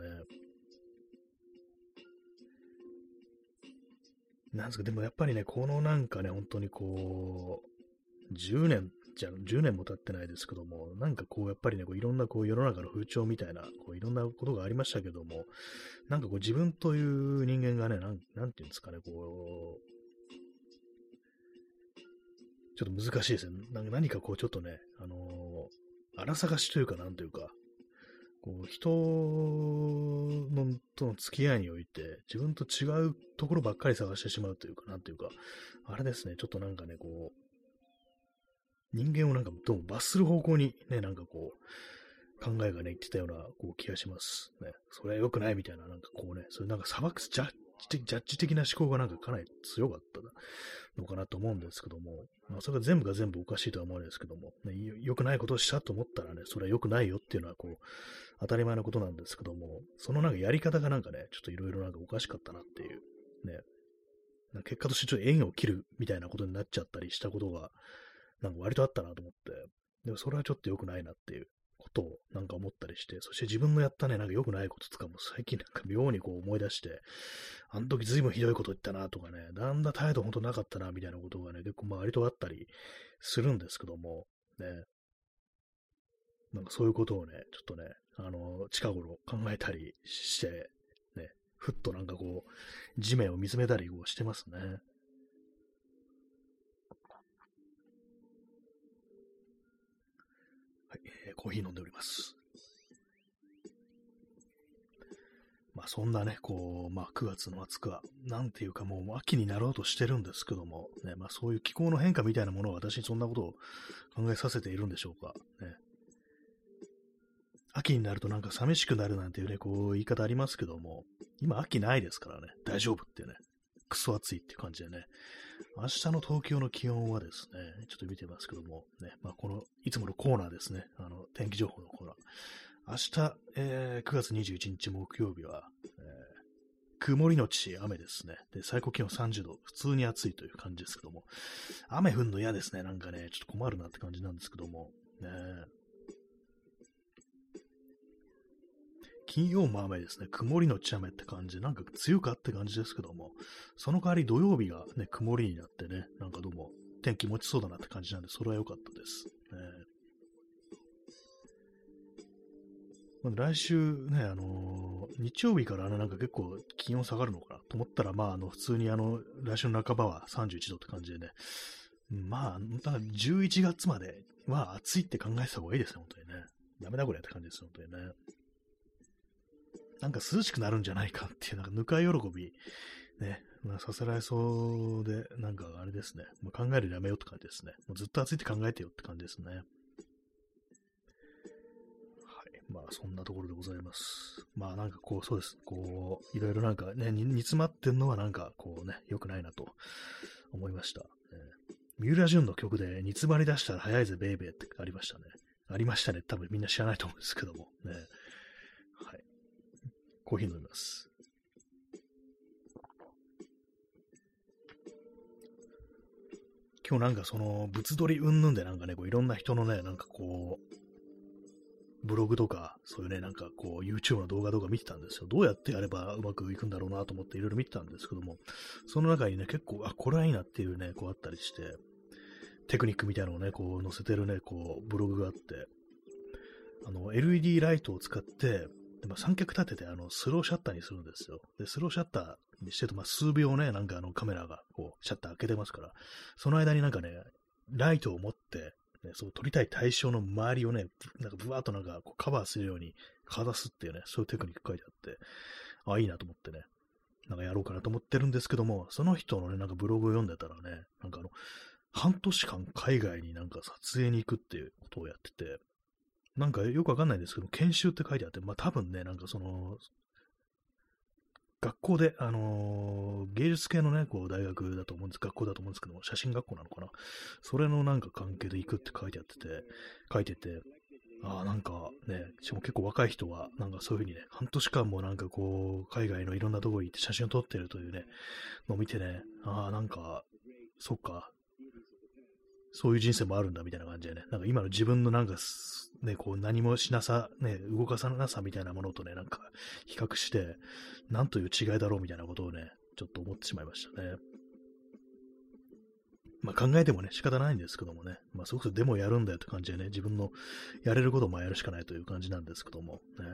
なんですか、でもやっぱりね、このなんかね、本当にこう、10年も経ってないですけども、なんかこう、やっぱりね、こういろんなこう世の中の風潮みたいな、こういろんなことがありましたけども、なんかこう自分という人間がね、なんていうんですかね、こう、ちょっと難しいですね。何かこう、ちょっとね、荒探しというか、なんというか、こう、人との付き合いにおいて、自分と違うところばっかり探してしまうというか、なんというか、あれですね、ちょっとなんかね、こう、人間をなんかどうも罰する方向にね、なんかこう、考えがね、言ってたようなこう気がしますね。それは良くないみたいな、なんかこうね、そういうなんかジャッジ的な思考がなんかかなり強かったのかなと思うんですけども、まあ、それが全部が全部おかしいとは思わないですけども、ね、良くないことをしたと思ったらね、それは良くないよっていうのはこう、当たり前のことなんですけども、そのなんかやり方がなんかね、ちょっといろいろなんかおかしかったなっていう、ね、結果としてちょっと縁を切るみたいなことになっちゃったりしたことが、なんか割とあったなと思って、でもそれはちょっと良くないなっていうことをなんか思ったりして、そして自分のやったね、なんか良くないこととかも最近なんか妙にこう思い出して、あの時ずいぶんひどいこと言ったなとかね、だんだん態度ほんとなかったなみたいなことがね、結構まあ割とあったりするんですけども、ね、なんかそういうことをね、ちょっとね、近頃考えたりして、ね、ふっとなんかこう、地面を見つめたりこうしてますね。はい、コーヒー飲んでおります。まあそんなね、こう、まあ9月の末か、なんていうかもう秋になろうとしてるんですけども、ね、まあそういう気候の変化みたいなものを私にそんなことを考えさせているんでしょうか。ね、秋になるとなんか寂しくなるなんていうね、こう言い方ありますけども、今秋ないですからね、大丈夫ってね、クソ暑いっていう感じでね、明日の東京の気温はですね、ちょっと見てますけども、ね、まあこのいつものコーナーですね、天気情報のコーナー。明日、9月21日木曜日は、曇りのち雨ですね。で、最高気温30度、普通に暑いという感じですけども、雨降るの嫌ですね。なんかね、ちょっと困るなって感じなんですけども、ね、金曜も雨ですね。曇りのち雨って感じで、なんか梅雨かって感じですけども、その代わり土曜日がね、曇りになってね、なんかどうも天気持ちそうだなって感じなんで、それは良かったです。まあ来週ね、日曜日からなんか結構気温下がるのかなと思ったら、まあ、普通に来週の半ばは31度って感じでね、まあ、ただ11月までは暑いって考えてた方がいいですね、本当にね。ダメだこれって感じです、本当にね。なんか涼しくなるんじゃないかっていう、なんかぬか喜び、ね、まあ、させられそうで、なんかあれですね、もう考えるのやめようって感じですね。もうずっと暑いって考えてよって感じですね。まあ、そんなところでございます。まあ、なんかこう、そうです。こう、いろいろなんかね、煮詰まってんのはなんかこうね、良くないなと思いました。三浦淳の曲で煮詰まり出したら早いぜ、ベイベーってありましたね。ありましたね。多分みんな知らないと思うんですけども。ね。はい。コーヒー飲みます。今日なんかその、物撮り云々でなんかね、こういろんな人のね、なんかこう、ブログとか、そういうね、なんかこう、YouTube の動画とか見てたんですよ。どうやってやればうまくいくんだろうなと思っていろいろ見てたんですけども、その中にね、結構、これはいいなっていうね、こうあったりして、テクニックみたいなのをね、こう載せてるね、こう、ブログがあって、LED ライトを使って、でまあ、三脚立てて、スローシャッターにするんですよ。で、スローシャッターにしてると、まあ、数秒ね、なんかカメラが、こう、シャッター開けてますから、その間になんかね、ライトを持って、ね、そう撮りたい対象の周りをね、なんかブワーっとなんかこうカバーするようにかざすっていうね、そういうテクニック書いてあって、あ、いいなと思ってね、なんかやろうかなと思ってるんですけども、その人のね、なんかブログを読んでたらね、なんか半年間海外になんか撮影に行くっていうことをやってて、なんかよくわかんないんですけど、研修って書いてあって、まあ多分ね、なんかその、学校で、芸術系のね、こう、大学だと思うんです、学校だと思うんですけども、写真学校なのかな。それのなんか関係で行くって書いてて、ああ、なんかね、しかも結構若い人は、なんかそういうふうにね、半年間もなんかこう、海外のいろんなところに行って写真を撮ってるというね、のを見てね、ああ、なんか、そっか、そういう人生もあるんだみたいな感じでね、なんか今の自分のなんかね、こう何もしなさ、ね、動かさなさみたいなものとね、なんか比較して、なんという違いだろうみたいなことをね、ちょっと思ってしまいましたね。まあ考えてもね、仕方ないんですけどもね、まあそれこそデモやるんだよって感じでね、自分のやれることもやるしかないという感じなんですけども、ね、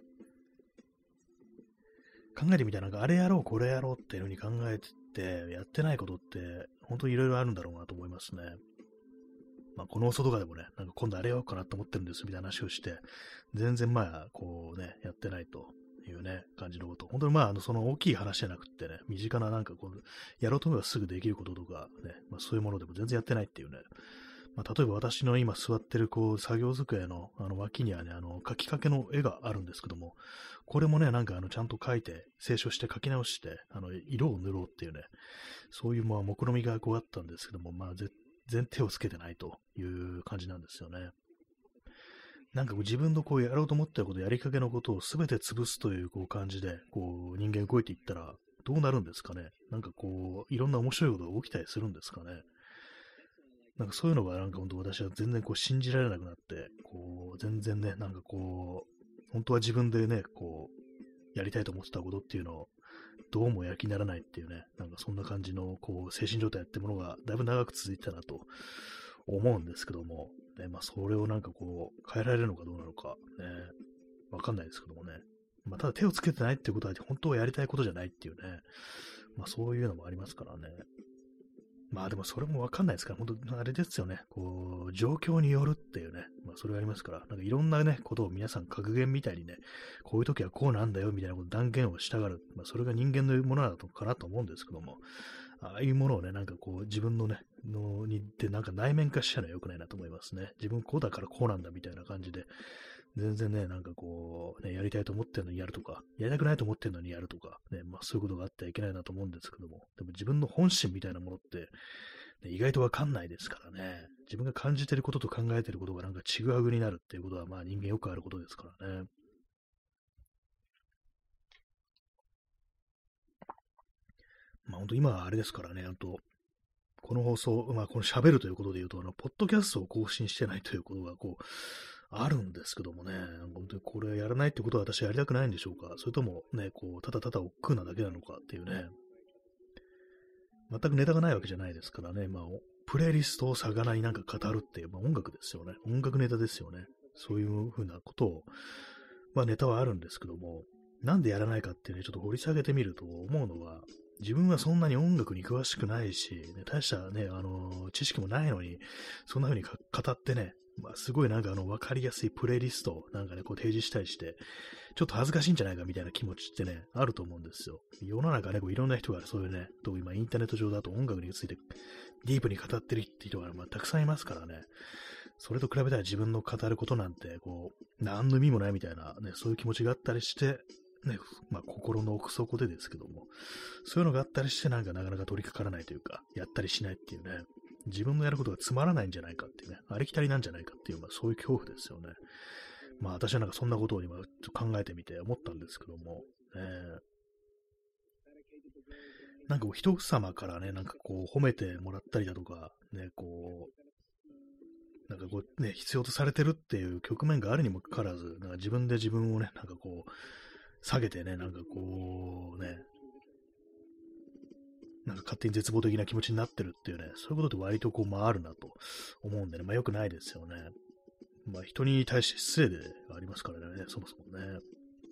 考えてみたらなんかあれやろう、これやろうっていうふうに考えてて、やってないことって本当にいろいろあるんだろうなと思いますね。まあ、この放送とかでもね、なんか今度あれやろうかなと思ってるんですみたいな話をして、全然まあ、こうね、やってないというね、感じのこと。本当にまあ、その大きい話じゃなくってね、身近ななんかこう、やろうと思えばすぐできることとかね、まあそういうものでも全然やってないっていうね。まあ、例えば私の今座ってるこう、作業机の脇にはね、書きかけの絵があるんですけども、これもね、なんかちゃんと書いて、清書して書き直して、色を塗ろうっていうね、そういうまあ、目論みがこうあったんですけども、まあ、全手をつけてないという感じなんですよね。なんかこう自分のこうやろうと思ったこと、やりかけのことを全て潰すというこう感じで、こう人間動いていったらどうなるんですかね。なんかこう、いろんな面白いことが起きたりするんですかね。なんかそういうのがなんか本当私は全然こう信じられなくなって、こう全然ね、なんかこう、本当は自分でね、こう、やりたいと思ってたことっていうのを、どうもやる気にならないっていうね、なんかそんな感じのこう精神状態ってものがだいぶ長く続いてたなと思うんですけども、ね、まあそれをなんかこう変えられるのかどうなのか、ね、わかんないですけどもね。まあただ手をつけてないっていうことは本当はやりたいことじゃないっていうね、まあそういうのもありますからね。まあでもそれもわかんないですから、本当あれですよね。こう、状況によるっていうね。まあそれがありますから、なんかいろんなね、ことを皆さん格言みたいにね、こういう時はこうなんだよみたいなこと断言をしたがる。まあそれが人間のものなのかなと思うんですけども、ああいうものをね、なんかこう自分のね、でなんか内面化しちゃうのは良くないなと思いますね。自分こうだからこうなんだみたいな感じで、全然ね、なんかこう、ね、やりたいと思ってるのにやるとか、やりたくないと思ってるのにやるとか、ね、まあそういうことがあってはいけないなと思うんですけども、でも自分の本心みたいなものって、ね、意外とわかんないですからね。自分が感じてることと考えてることがなんかちぐはぐになるっていうことは、まあ人間よくあることですからね。まあ本当今はあれですからね、この放送、まあこの喋るということで言うと、ポッドキャストを更新してないということがこう、あるんですけどもね、本当にこれやらないってことは私はやりたくないんでしょうか。それともね、こう、ただただ億劫なだけなのかっていうね、全くネタがないわけじゃないですからね、まあ、プレイリストをさがないなんか語るっていう、まあ音楽ですよね。音楽ネタですよね。そういうふうなことを、まあネタはあるんですけども、なんでやらないかっていうね、ちょっと掘り下げてみると思うのは、自分はそんなに音楽に詳しくないし、ね、大したね、知識もないのに、そんな風に語ってね、まあ、すごいなんかわかりやすいプレイリストをなんかね、こう提示したりして、ちょっと恥ずかしいんじゃないかみたいな気持ちってね、あると思うんですよ。世の中ね、こういろんな人がそういうね、特に今インターネット上だと音楽についてディープに語ってるって人が、まあ、たくさんいますからね、それと比べたら自分の語ることなんて、こう、何の意味もないみたいな、ね、そういう気持ちがあったりして、ね、まあ、心の奥底でですけども、そういうのがあったりして、なんかなかなか取り掛からないというか、やったりしないっていうね、自分のやることがつまらないんじゃないかっていうね、ありきたりなんじゃないかっていう、まあ、そういう恐怖ですよね。まあ、私はなんかそんなことを今、ちょっと考えてみて思ったんですけども、なんかこう人様からね、なんかこう褒めてもらったりだとか、ね、こう、なんかこうね、必要とされてるっていう局面があるにもかかわらず、なんか自分で自分をね、なんかこう、下げてね、なんかこうね、なんか勝手に絶望的な気持ちになってるっていうね、そういうことって割とこう、まああるなと思うんでね、まあ良くないですよね。まあ人に対して失礼でありますからね、そもそもね。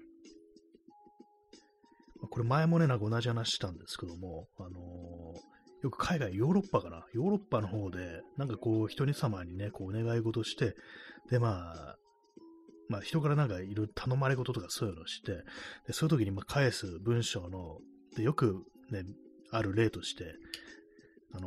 これ前もね、なんか同じ話したんですけども、よく海外、ヨーロッパかな、ヨーロッパの方で、なんかこう、人様にね、こう、お願い事して、で、まあ、人からなんかいろいろ頼まれ事とかそういうのをして、でそういう時にまあ返す文章の、でよくね、ある例として、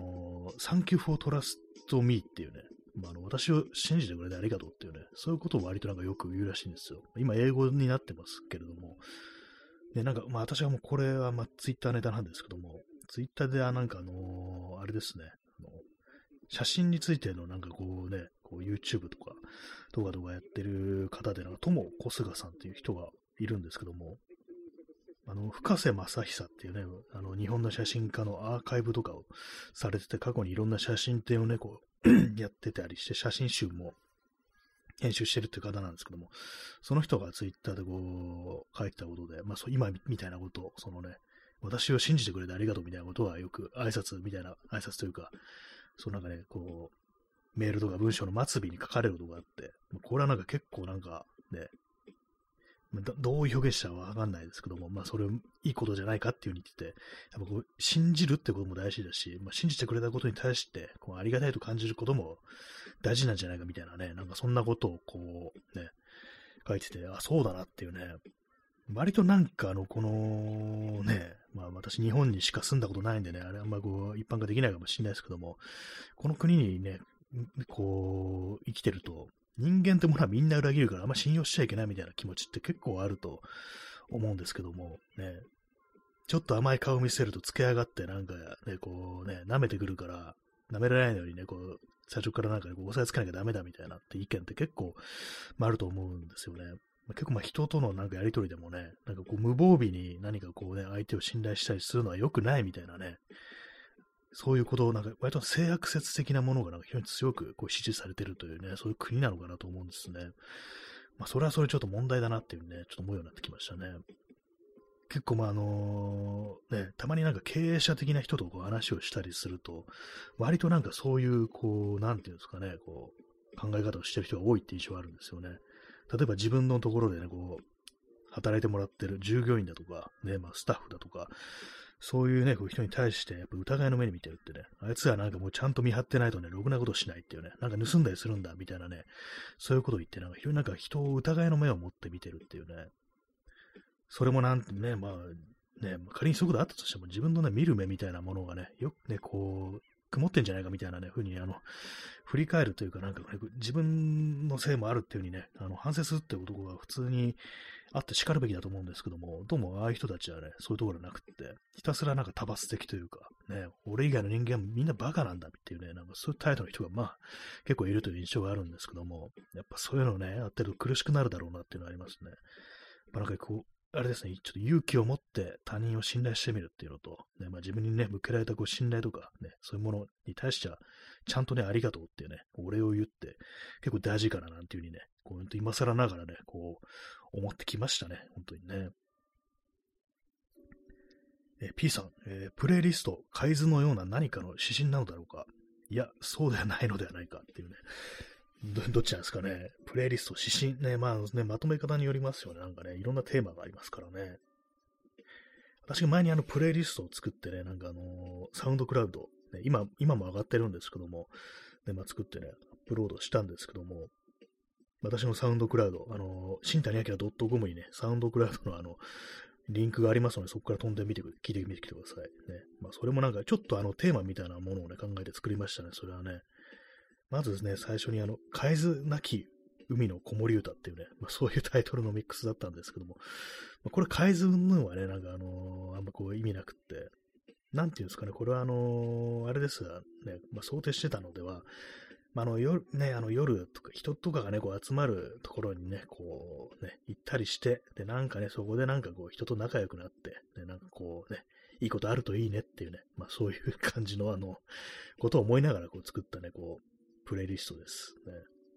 Thank you for trust me っていうね、私を信じてくれてありがとうっていうね、そういうことを割となんかよく言うらしいんですよ。今、英語になってますけれども、で、なんか、私はもうこれはツイッターネタなんですけども、ツイッターではなんかあれですね、写真についてのなんかこうね、こう YouTube とか、動画やってる方で、なんか、友小菅さんっていう人がいるんですけども、深瀬正久っていうね、日本の写真家のアーカイブとかをされてて、過去にいろんな写真展をね、こうやってたりして、写真集も編集してるっていう方なんですけども、その人がツイッターでこう書いてたことで、今みたいなことを、私を信じてくれてありがとうみたいなことはよく挨拶というか、なんかね、こう、メールとか文章の末尾に書かれることがあって、これはなんか結構なんかね、どう表現したかわかんないですけども、それいいことじゃないかっていう風に言ってて、やっぱこう信じるってことも大事だし、信じてくれたことに対して、こうありがたいと感じることも大事なんじゃないかみたいなね、なんかそんなことをこうね、書いてて、そうだなっていうね、割となんかこのね、私日本にしか住んだことないんでね、あれあんまこう一般化できないかもしれないですけども、この国にね、こう生きてると、人間ってものはみんな裏切るからあんま信用しちゃいけないみたいな気持ちって結構あると思うんですけども、ね、ちょっと甘い顔見せると付け上がってなんかね、こうね、舐めてくるから、舐められないのにね、こう、最初からなんかこう押さえつけなきゃダメだみたいなって意見って結構、あると思うんですよね。結構人とのなんかやりとりでもね、なんかこう無防備に何かこうね、相手を信頼したりするのは良くないみたいなね、そういうことをなんか割と性悪説的なものがなんか非常に強くこう支持されているというね、そういう国なのかなと思うんですね。それはそれちょっと問題だなっていうね、ちょっと思うようになってきましたね。結構ね、たまになんか経営者的な人とこう話をしたりすると、割となんかそういうこう、なんていうんですかね、こう、考え方をしてる人が多いって印象があるんですよね。例えば自分のところでね、こう、働いてもらってる従業員だとか、ね、スタッフだとか、そういうね、こう人に対して、やっぱ疑いの目に見てるってね、あいつはなんかもうちゃんと見張ってないとね、ろくなことしないっていうね、なんか盗んだりするんだ、みたいなね、そういうことを言って、なんか人を疑いの目を持って見てるっていうね、それもなんてね、仮にそういうことあったとしても、自分のね、見る目みたいなものがね、よくね、こう、曇ってんじゃないかみたいなね、ふうに、振り返るというか、なんか、ね、自分のせいもあるっていうふうにね、反省するっていうことが普通にあって叱るべきだと思うんですけども、どうもああいう人たちはね、そういうところなくって、ひたすらなんか多発的というか、ね、俺以外の人間はみんなバカなんだっていうね、なんかそういう態度の人が結構いるという印象があるんですけども、やっぱそういうのをね、やってると苦しくなるだろうなっていうのがありますね。やっぱなんかこう、あれですね、ちょっと勇気を持って他人を信頼してみるっていうのと、ね、自分にね、向けられたこう信頼とか、ね、そういうものに対しては、ちゃんとね、ありがとうっていうね、お礼を言って、結構大事かななんていうふうにね、こう今更ながらね、こう、思ってきましたね、本当にね。P さん、プレイリスト、海図のような何かの指針なのだろうか。いや、そうではないのではないかっていうね。どっちなんですかね。プレイリスト、指針ね、まとめ方によりますよね。なんかね、いろんなテーマがありますからね。私が前にプレイリストを作ってね、なんかサウンドクラウド、ね、今も上がってるんですけども、ね、作ってね、アップロードしたんですけども、私のサウンドクラウド、新谷明 .com にね、サウンドクラウドのリンクがありますので、そこから飛んでみて、聞いてみてください。ね。それもなんか、ちょっとテーマみたいなものをね、考えて作りましたね、それはね。まずですね、最初に海図なき海の子守歌っていうね、そういうタイトルのミックスだったんですけども、これ海図のはね、なんかあんまこう意味なくって、なんていうんですかね、これはあれですがね、想定してたのでは、夜とか人とかがね、こう集まるところにね、こうね、行ったりして、で、なんかね、そこでなんかこう人と仲良くなって、で、なんかこうね、いいことあるといいねっていうね、そういう感じのことを思いながらこう作ったね、こう、プレイリストですね。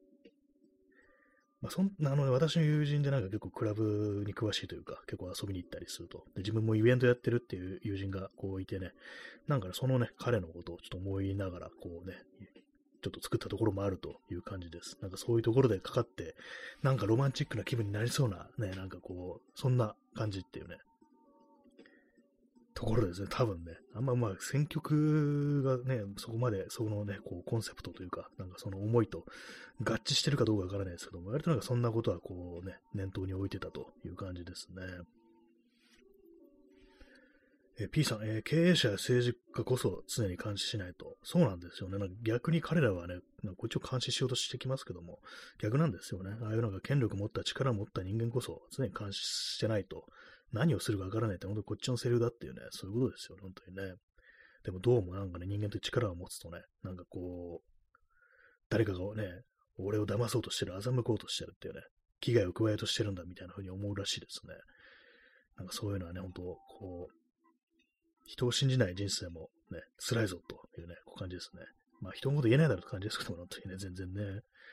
私の友人でなんか結構クラブに詳しいというか、結構遊びに行ったりすると。で、自分もイベントやってるっていう友人がこういてね、なんかね、そのね、彼のことをちょっと思いながら、こうね、ちょっと作ったところもあるという感じです。なんかそういうところでかかって、なんかロマンチックな気分になりそうな、ね、なんかこう、そんな感じっていうね、ところですね、多分ね。あんま選曲がね、そこまで、そのね、こう、コンセプトというか、なんかその思いと合致してるかどうかわからないですけども、割となんかそんなことはこうね、念頭に置いてたという感じですね。 P さん、経営者や政治家こそ常に監視しないと。そうなんですよね。なんか逆に彼らはね、なんかこっちを監視しようとしてきますけども、逆なんですよね。ああいうなんか権力を持った力を持った人間こそ常に監視してないと、何をするかわからないって、本当にこっちのセリフだっていうね、そういうことですよね、本当にね。でもどうもなんかね、人間という力を持つとね、なんかこう、誰かがね、俺を騙そうとしてる、欺こうとしてるっていうね、危害を加えようとしてるんだみたいな風に思うらしいですね。なんかそういうのはね、本当こう、人を信じない人生もね、辛いぞというね、こう感じですね。まあ人のこと言えないだろうって感じですけども、本当にね、全然ね。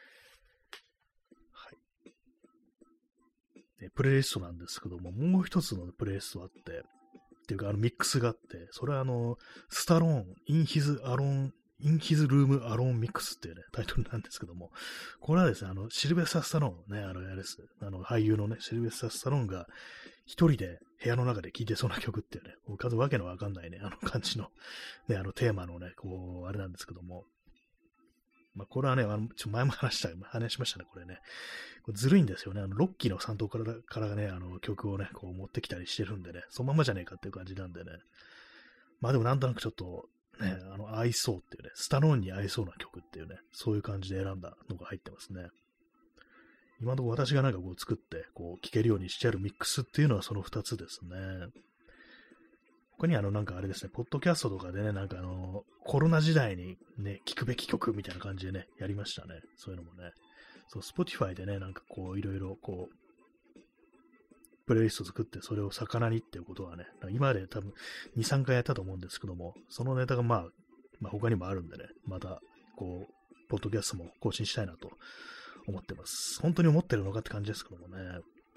はい。プレイリストなんですけども、もう一つのプレイリストあって、っていうか、ミックスがあって、それはスタローン、インヒズルームアローンミックスっていうね、タイトルなんですけども、これはですね、シルベスタ・スタローンね、あれです。俳優のね、シルベスタ・スタローンが一人で部屋の中で聴いてそうな曲っていうね、数わけのわかんないね、感じの、ね、テーマのね、こう、あれなんですけども、まあ、これはね、前も話しましたね、これね。これずるいんですよね。ロッキーの3頭からね、曲をね、こう持ってきたりしてるんでね、そのままじゃねえかっていう感じなんでね。まあでもなんとなくちょっと、ね、合いそうっていうね、スタローンに合いそうな曲っていうね、そういう感じで選んだのが入ってますね。今のところ私がなんかこう作って、こう聴けるようにしてあるミックスっていうのはその2つですね。他になんかあれですね、ポッドキャストとかでね、なんかコロナ時代にね、聴くべき曲みたいな感じでね、やりましたね。そういうのもね。そう、Spotify でね、なんかこう、いろいろこう、プレイリスト作って、それを魚にっていうことはね、今まで多分2、3回やったと思うんですけども、そのネタがまあ他にもあるんでね、また、こう、ポッドキャストも更新したいなと思ってます。本当に思ってるのかって感じですけどもね。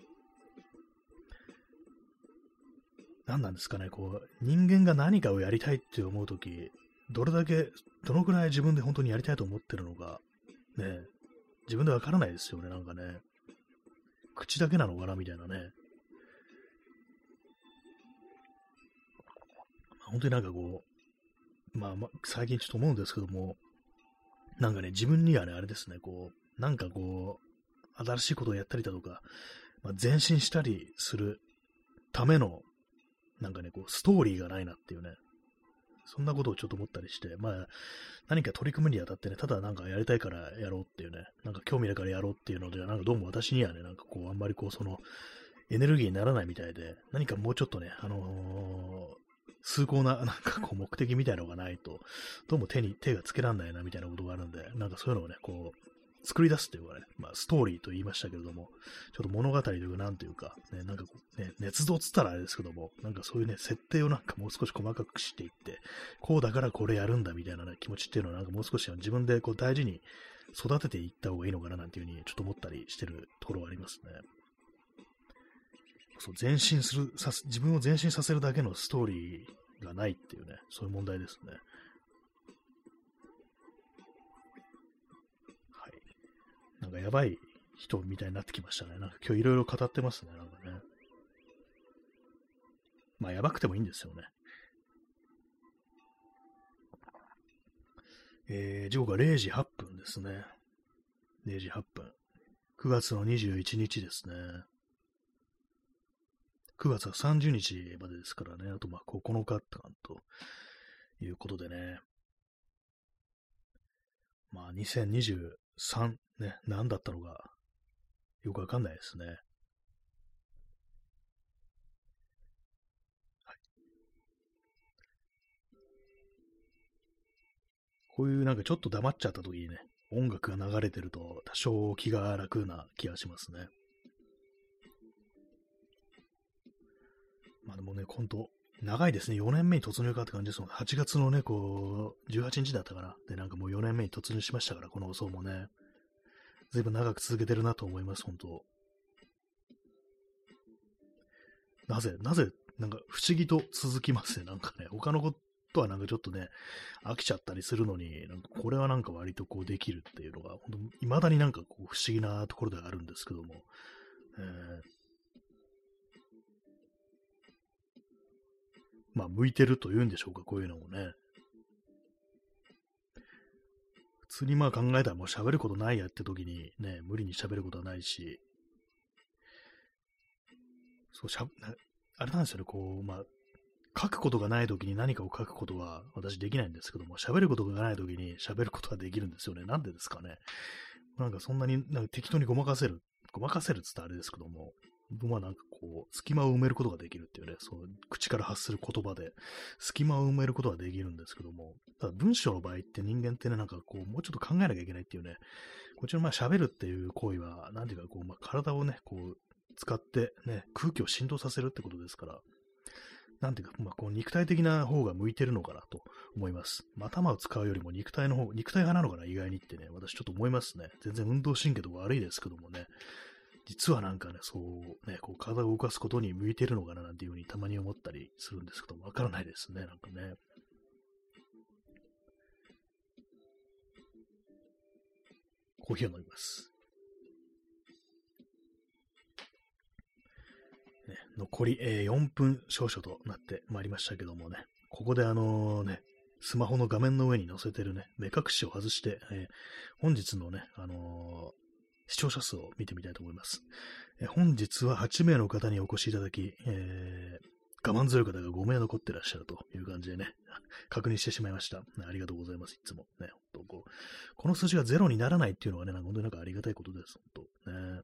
何なんですかね、こう、人間が何かをやりたいって思うとき、どのくらい自分で本当にやりたいと思ってるのか、ね、自分でわからないですよね、なんかね。口だけなのかな、みたいなね。本当になんかこう、最近ちょっと思うんですけども、なんかね、自分にはね、あれですね、こう、なんかこう、新しいことをやったりだとか、前進したりするための、なんかね、こう、ストーリーがないなっていうね、そんなことをちょっと思ったりして、何か取り組むにあたってね、ただなんかやりたいからやろうっていうね、なんか興味だからやろうっていうのでは、なんかどうも私にはね、なんかこう、あんまりこう、エネルギーにならないみたいで、何かもうちょっとね、崇高な、なんかこう、目的みたいなのがないと、どうも手がつけらんないな、みたいなことがあるんで、なんかそういうのをね、こう、作り出すっていうかね、ストーリーと言いましたけれども、ちょっと物語というか、なんというか、ね、なんかこう、ね、捏造っつったらあれですけども、なんかそういうね、設定をなんかもう少し細かくしていって、こうだからこれやるんだみたいなね、気持ちっていうのはなんかもう少し自分でこう大事に育てていった方がいいのかななんていうふうにちょっと思ったりしてるところはありますね。そう、自分を前進させるだけのストーリーがないっていうね、そういう問題ですね。はい。なんかやばい人みたいになってきましたね。なんか今日いろいろ語ってますね、なんかね。やばくてもいいんですよね。時刻は0時8分ですね。0時8分。9月の21日ですね。9月は30日までですからね。あと9日間ということでね。2023ね、何だったのかよくわかんないですね。はい、こういうなんかちょっと黙っちゃった時にね、音楽が流れてると多少気が楽な気がしますね。でもね、ほんと、長いですね。4年目に突入かって感じですもん。8月のね、こう、18日だったかな。で、なんかもう4年目に突入しましたから、この放送もね。ずいぶん長く続けてるなと思います、本当なぜ、なんか不思議と続きますね。なんかね、他のことはなんかちょっとね、飽きちゃったりするのに、なんかこれはなんか割とこうできるっていうのが、本当未だになんかこう不思議なところではあるんですけども、向いてると言うんでしょうか、こういうのもね。普通に考えたらもう喋ることないやって時にね、無理に喋ることはないし、そう、あれなんですよね、こう、 書くことがない時に何かを書くことは私できないんですけども、喋ることがない時に喋ることはできるんですよね。なんでですかね。なんかそんなになんか適当にごまかせるっつったらあれですけども、まあなんかこう、隙間を埋めることができるっていうね、そう、口から発する言葉で、隙間を埋めることができるんですけども、ただ文章の場合って人間ってね、なんかこう、もうちょっと考えなきゃいけないっていうね、こっちのまあ喋るっていう行為は、なんていうかこう、まあ、体をね、こう、使ってね、空気を振動させるってことですから、なんていうか、まあ、こう肉体的な方が向いてるのかなと思います。まあ、頭を使うよりも肉体派なのかな、意外にってね、私ちょっと思いますね。全然運動神経とか悪いですけどもね、実はなんかね、そうね、こう体を動かすことに向いてるのかななんていうふうにたまに思ったりするんですけども、わからないですね、なんかね。コーヒーを飲みます。ね、残り、4分少々となってまいりましたけどもね、ここでスマホの画面の上に載せてるね、目隠しを外して、本日のね、視聴者数を見てみたいと思います。本日は8名の方にお越しいただき、我慢強い方が5名残ってらっしゃるという感じでね、確認してしまいました。ありがとうございます。いつもね、本当この数字がゼロにならないっていうのはね、本当になんかありがたいことです。本当ね。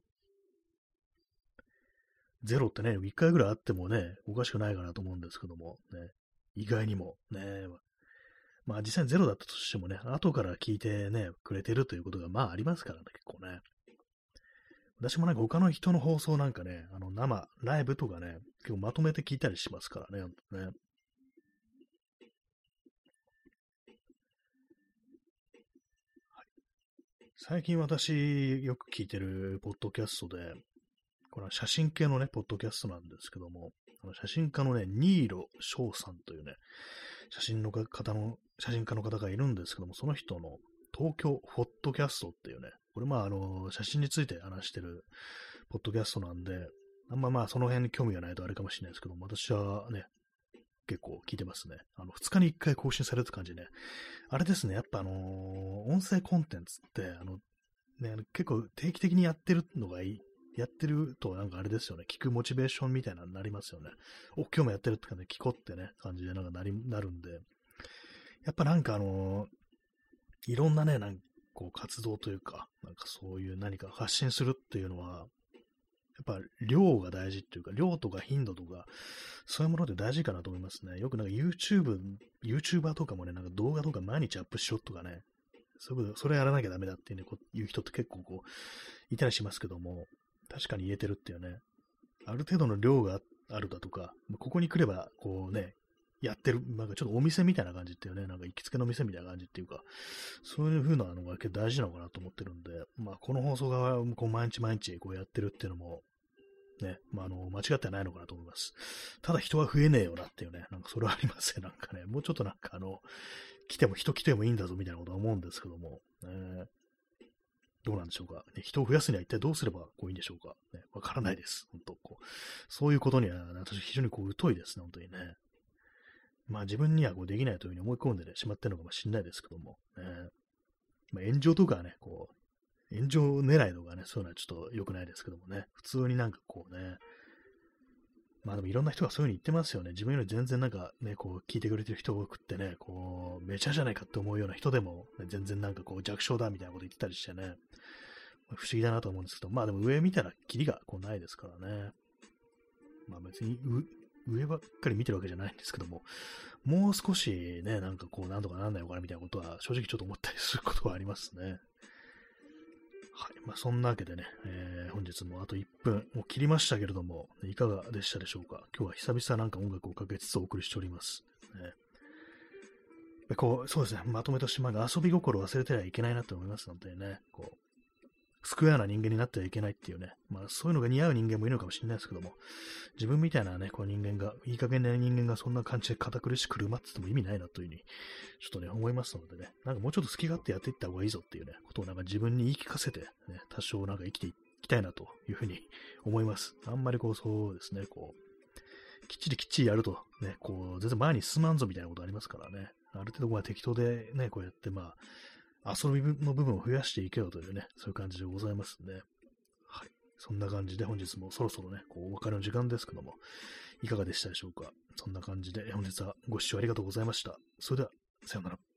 ゼロってね、1回ぐらいあってもね、おかしくないかなと思うんですけども、ね、意外にもね、まあ実際にゼロだったとしてもね、後から聞いてね、くれてるということがまあありますからね、結構ね。私もなんか他の人の放送なんかね、ライブとかね、結構まとめて聞いたりしますからね、ね。最近私よく聞いてるポッドキャストで、これは写真系のね、ポッドキャストなんですけども、写真家のね、新納翔さんというね、写真家の方がいるんですけども、その人の東京フォットキャストっていうね、これまあ写真について話してるポッドキャストなんで、あんままあその辺に興味がないとあれかもしれないですけども、私はね、結構聞いてますね。2日に1回更新されるって感じね。あれですね、やっぱ音声コンテンツって、ね、結構定期的にやってるのがいい。やってるとなんかあれですよね。聞くモチベーションみたいなのになりますよね。お、今日もやってるって感じで聞こうってね、感じでなんかなるんで。やっぱなんかいろんなね、なんかこう活動というか、なんかそういう何か発信するっていうのは、やっぱ量が大事っていうか、量とか頻度とか、そういうものって大事かなと思いますね。よくなんかYouTuber とかもね、なんか動画とか毎日アップしろとかね、それやらなきゃダメだっていうね、いう人って結構こう、いたりしますけども、確かに言えてるっていうね、ある程度の量があるだとか、ここに来れば、こうね、やってる、なんかちょっとお店みたいな感じっていうね、なんか行きつけの店みたいな感じっていうか、そういう風なのが結構大事なのかなと思ってるんで、まあこの放送がこう毎日毎日こうやってるっていうのも、ね、まあ間違ってはないのかなと思います。ただ人は増えねえよなっていうね、なんかそれはありますね、なんかね、もうちょっとなんか人来てもいいんだぞみたいなことは思うんですけども、どうなんでしょうか。ね、人を増やすには一体どうすればこういいんでしょうか。ね、わからないです。本当こう。そういうことには、私非常にこう疎いですね、本当にね。まあ自分にはこうできないというふうに思い込んで、ね、しまってるのかもしれないですけども、まあ、炎上とかはね、こう、炎上狙いとかね、そういうのはちょっと良くないですけどもね、普通になんかこうね、まあでもいろんな人がそういう風に言ってますよね。自分より全然なんかね、こう聞いてくれてる人多くってね、こう、めちゃじゃないかって思うような人でも、ね、全然なんかこう弱小だみたいなこと言ってたりしてね、不思議だなと思うんですけど、まあでも上見たらキリがこうないですからね。まあ別に上ばっかり見てるわけじゃないんですけども、もう少しね、なんかこう、なんとかなんないのかなみたいなことは正直ちょっと思ったりすることはありますね。はい。まあ、そんなわけでね、本日もあと1分もう切りましたけれども、いかがでしたでしょうか。今日は久々なんか音楽をかけつつお送りしております。こう、そうですね、まとめとして、まあ、遊び心を忘れてはいけないなと思いますのでね、こう、スクエアな人間になってはいけないっていうね、まあ、そういうのが似合う人間もいるのかもしれないですけども、自分みたいなね、こう人間が、いい加減な人間がそんな感じで堅苦しく車ってても意味ないなというふうに、ちょっとね、思いますのでね、なんかもうちょっと好き勝手やっていった方がいいぞっていうね、ことをなんか自分に言い聞かせて、ね、多少なんか生きていきたいなというふうに思います。あんまりこう、そうですね、こう、きっちりやると、ね、こう、全然前に進まんぞみたいなことありますからね、ある程度まあ適当でね、こうやってまあ、遊びの部分を増やしていけようというね、そういう感じでございますね。はい。そんな感じで本日もそろそろね、こうお別れの時間ですけども、 いかがでしたでしょうか。そんな感じで、本日はご視聴ありがとうございました。それでは、さようなら。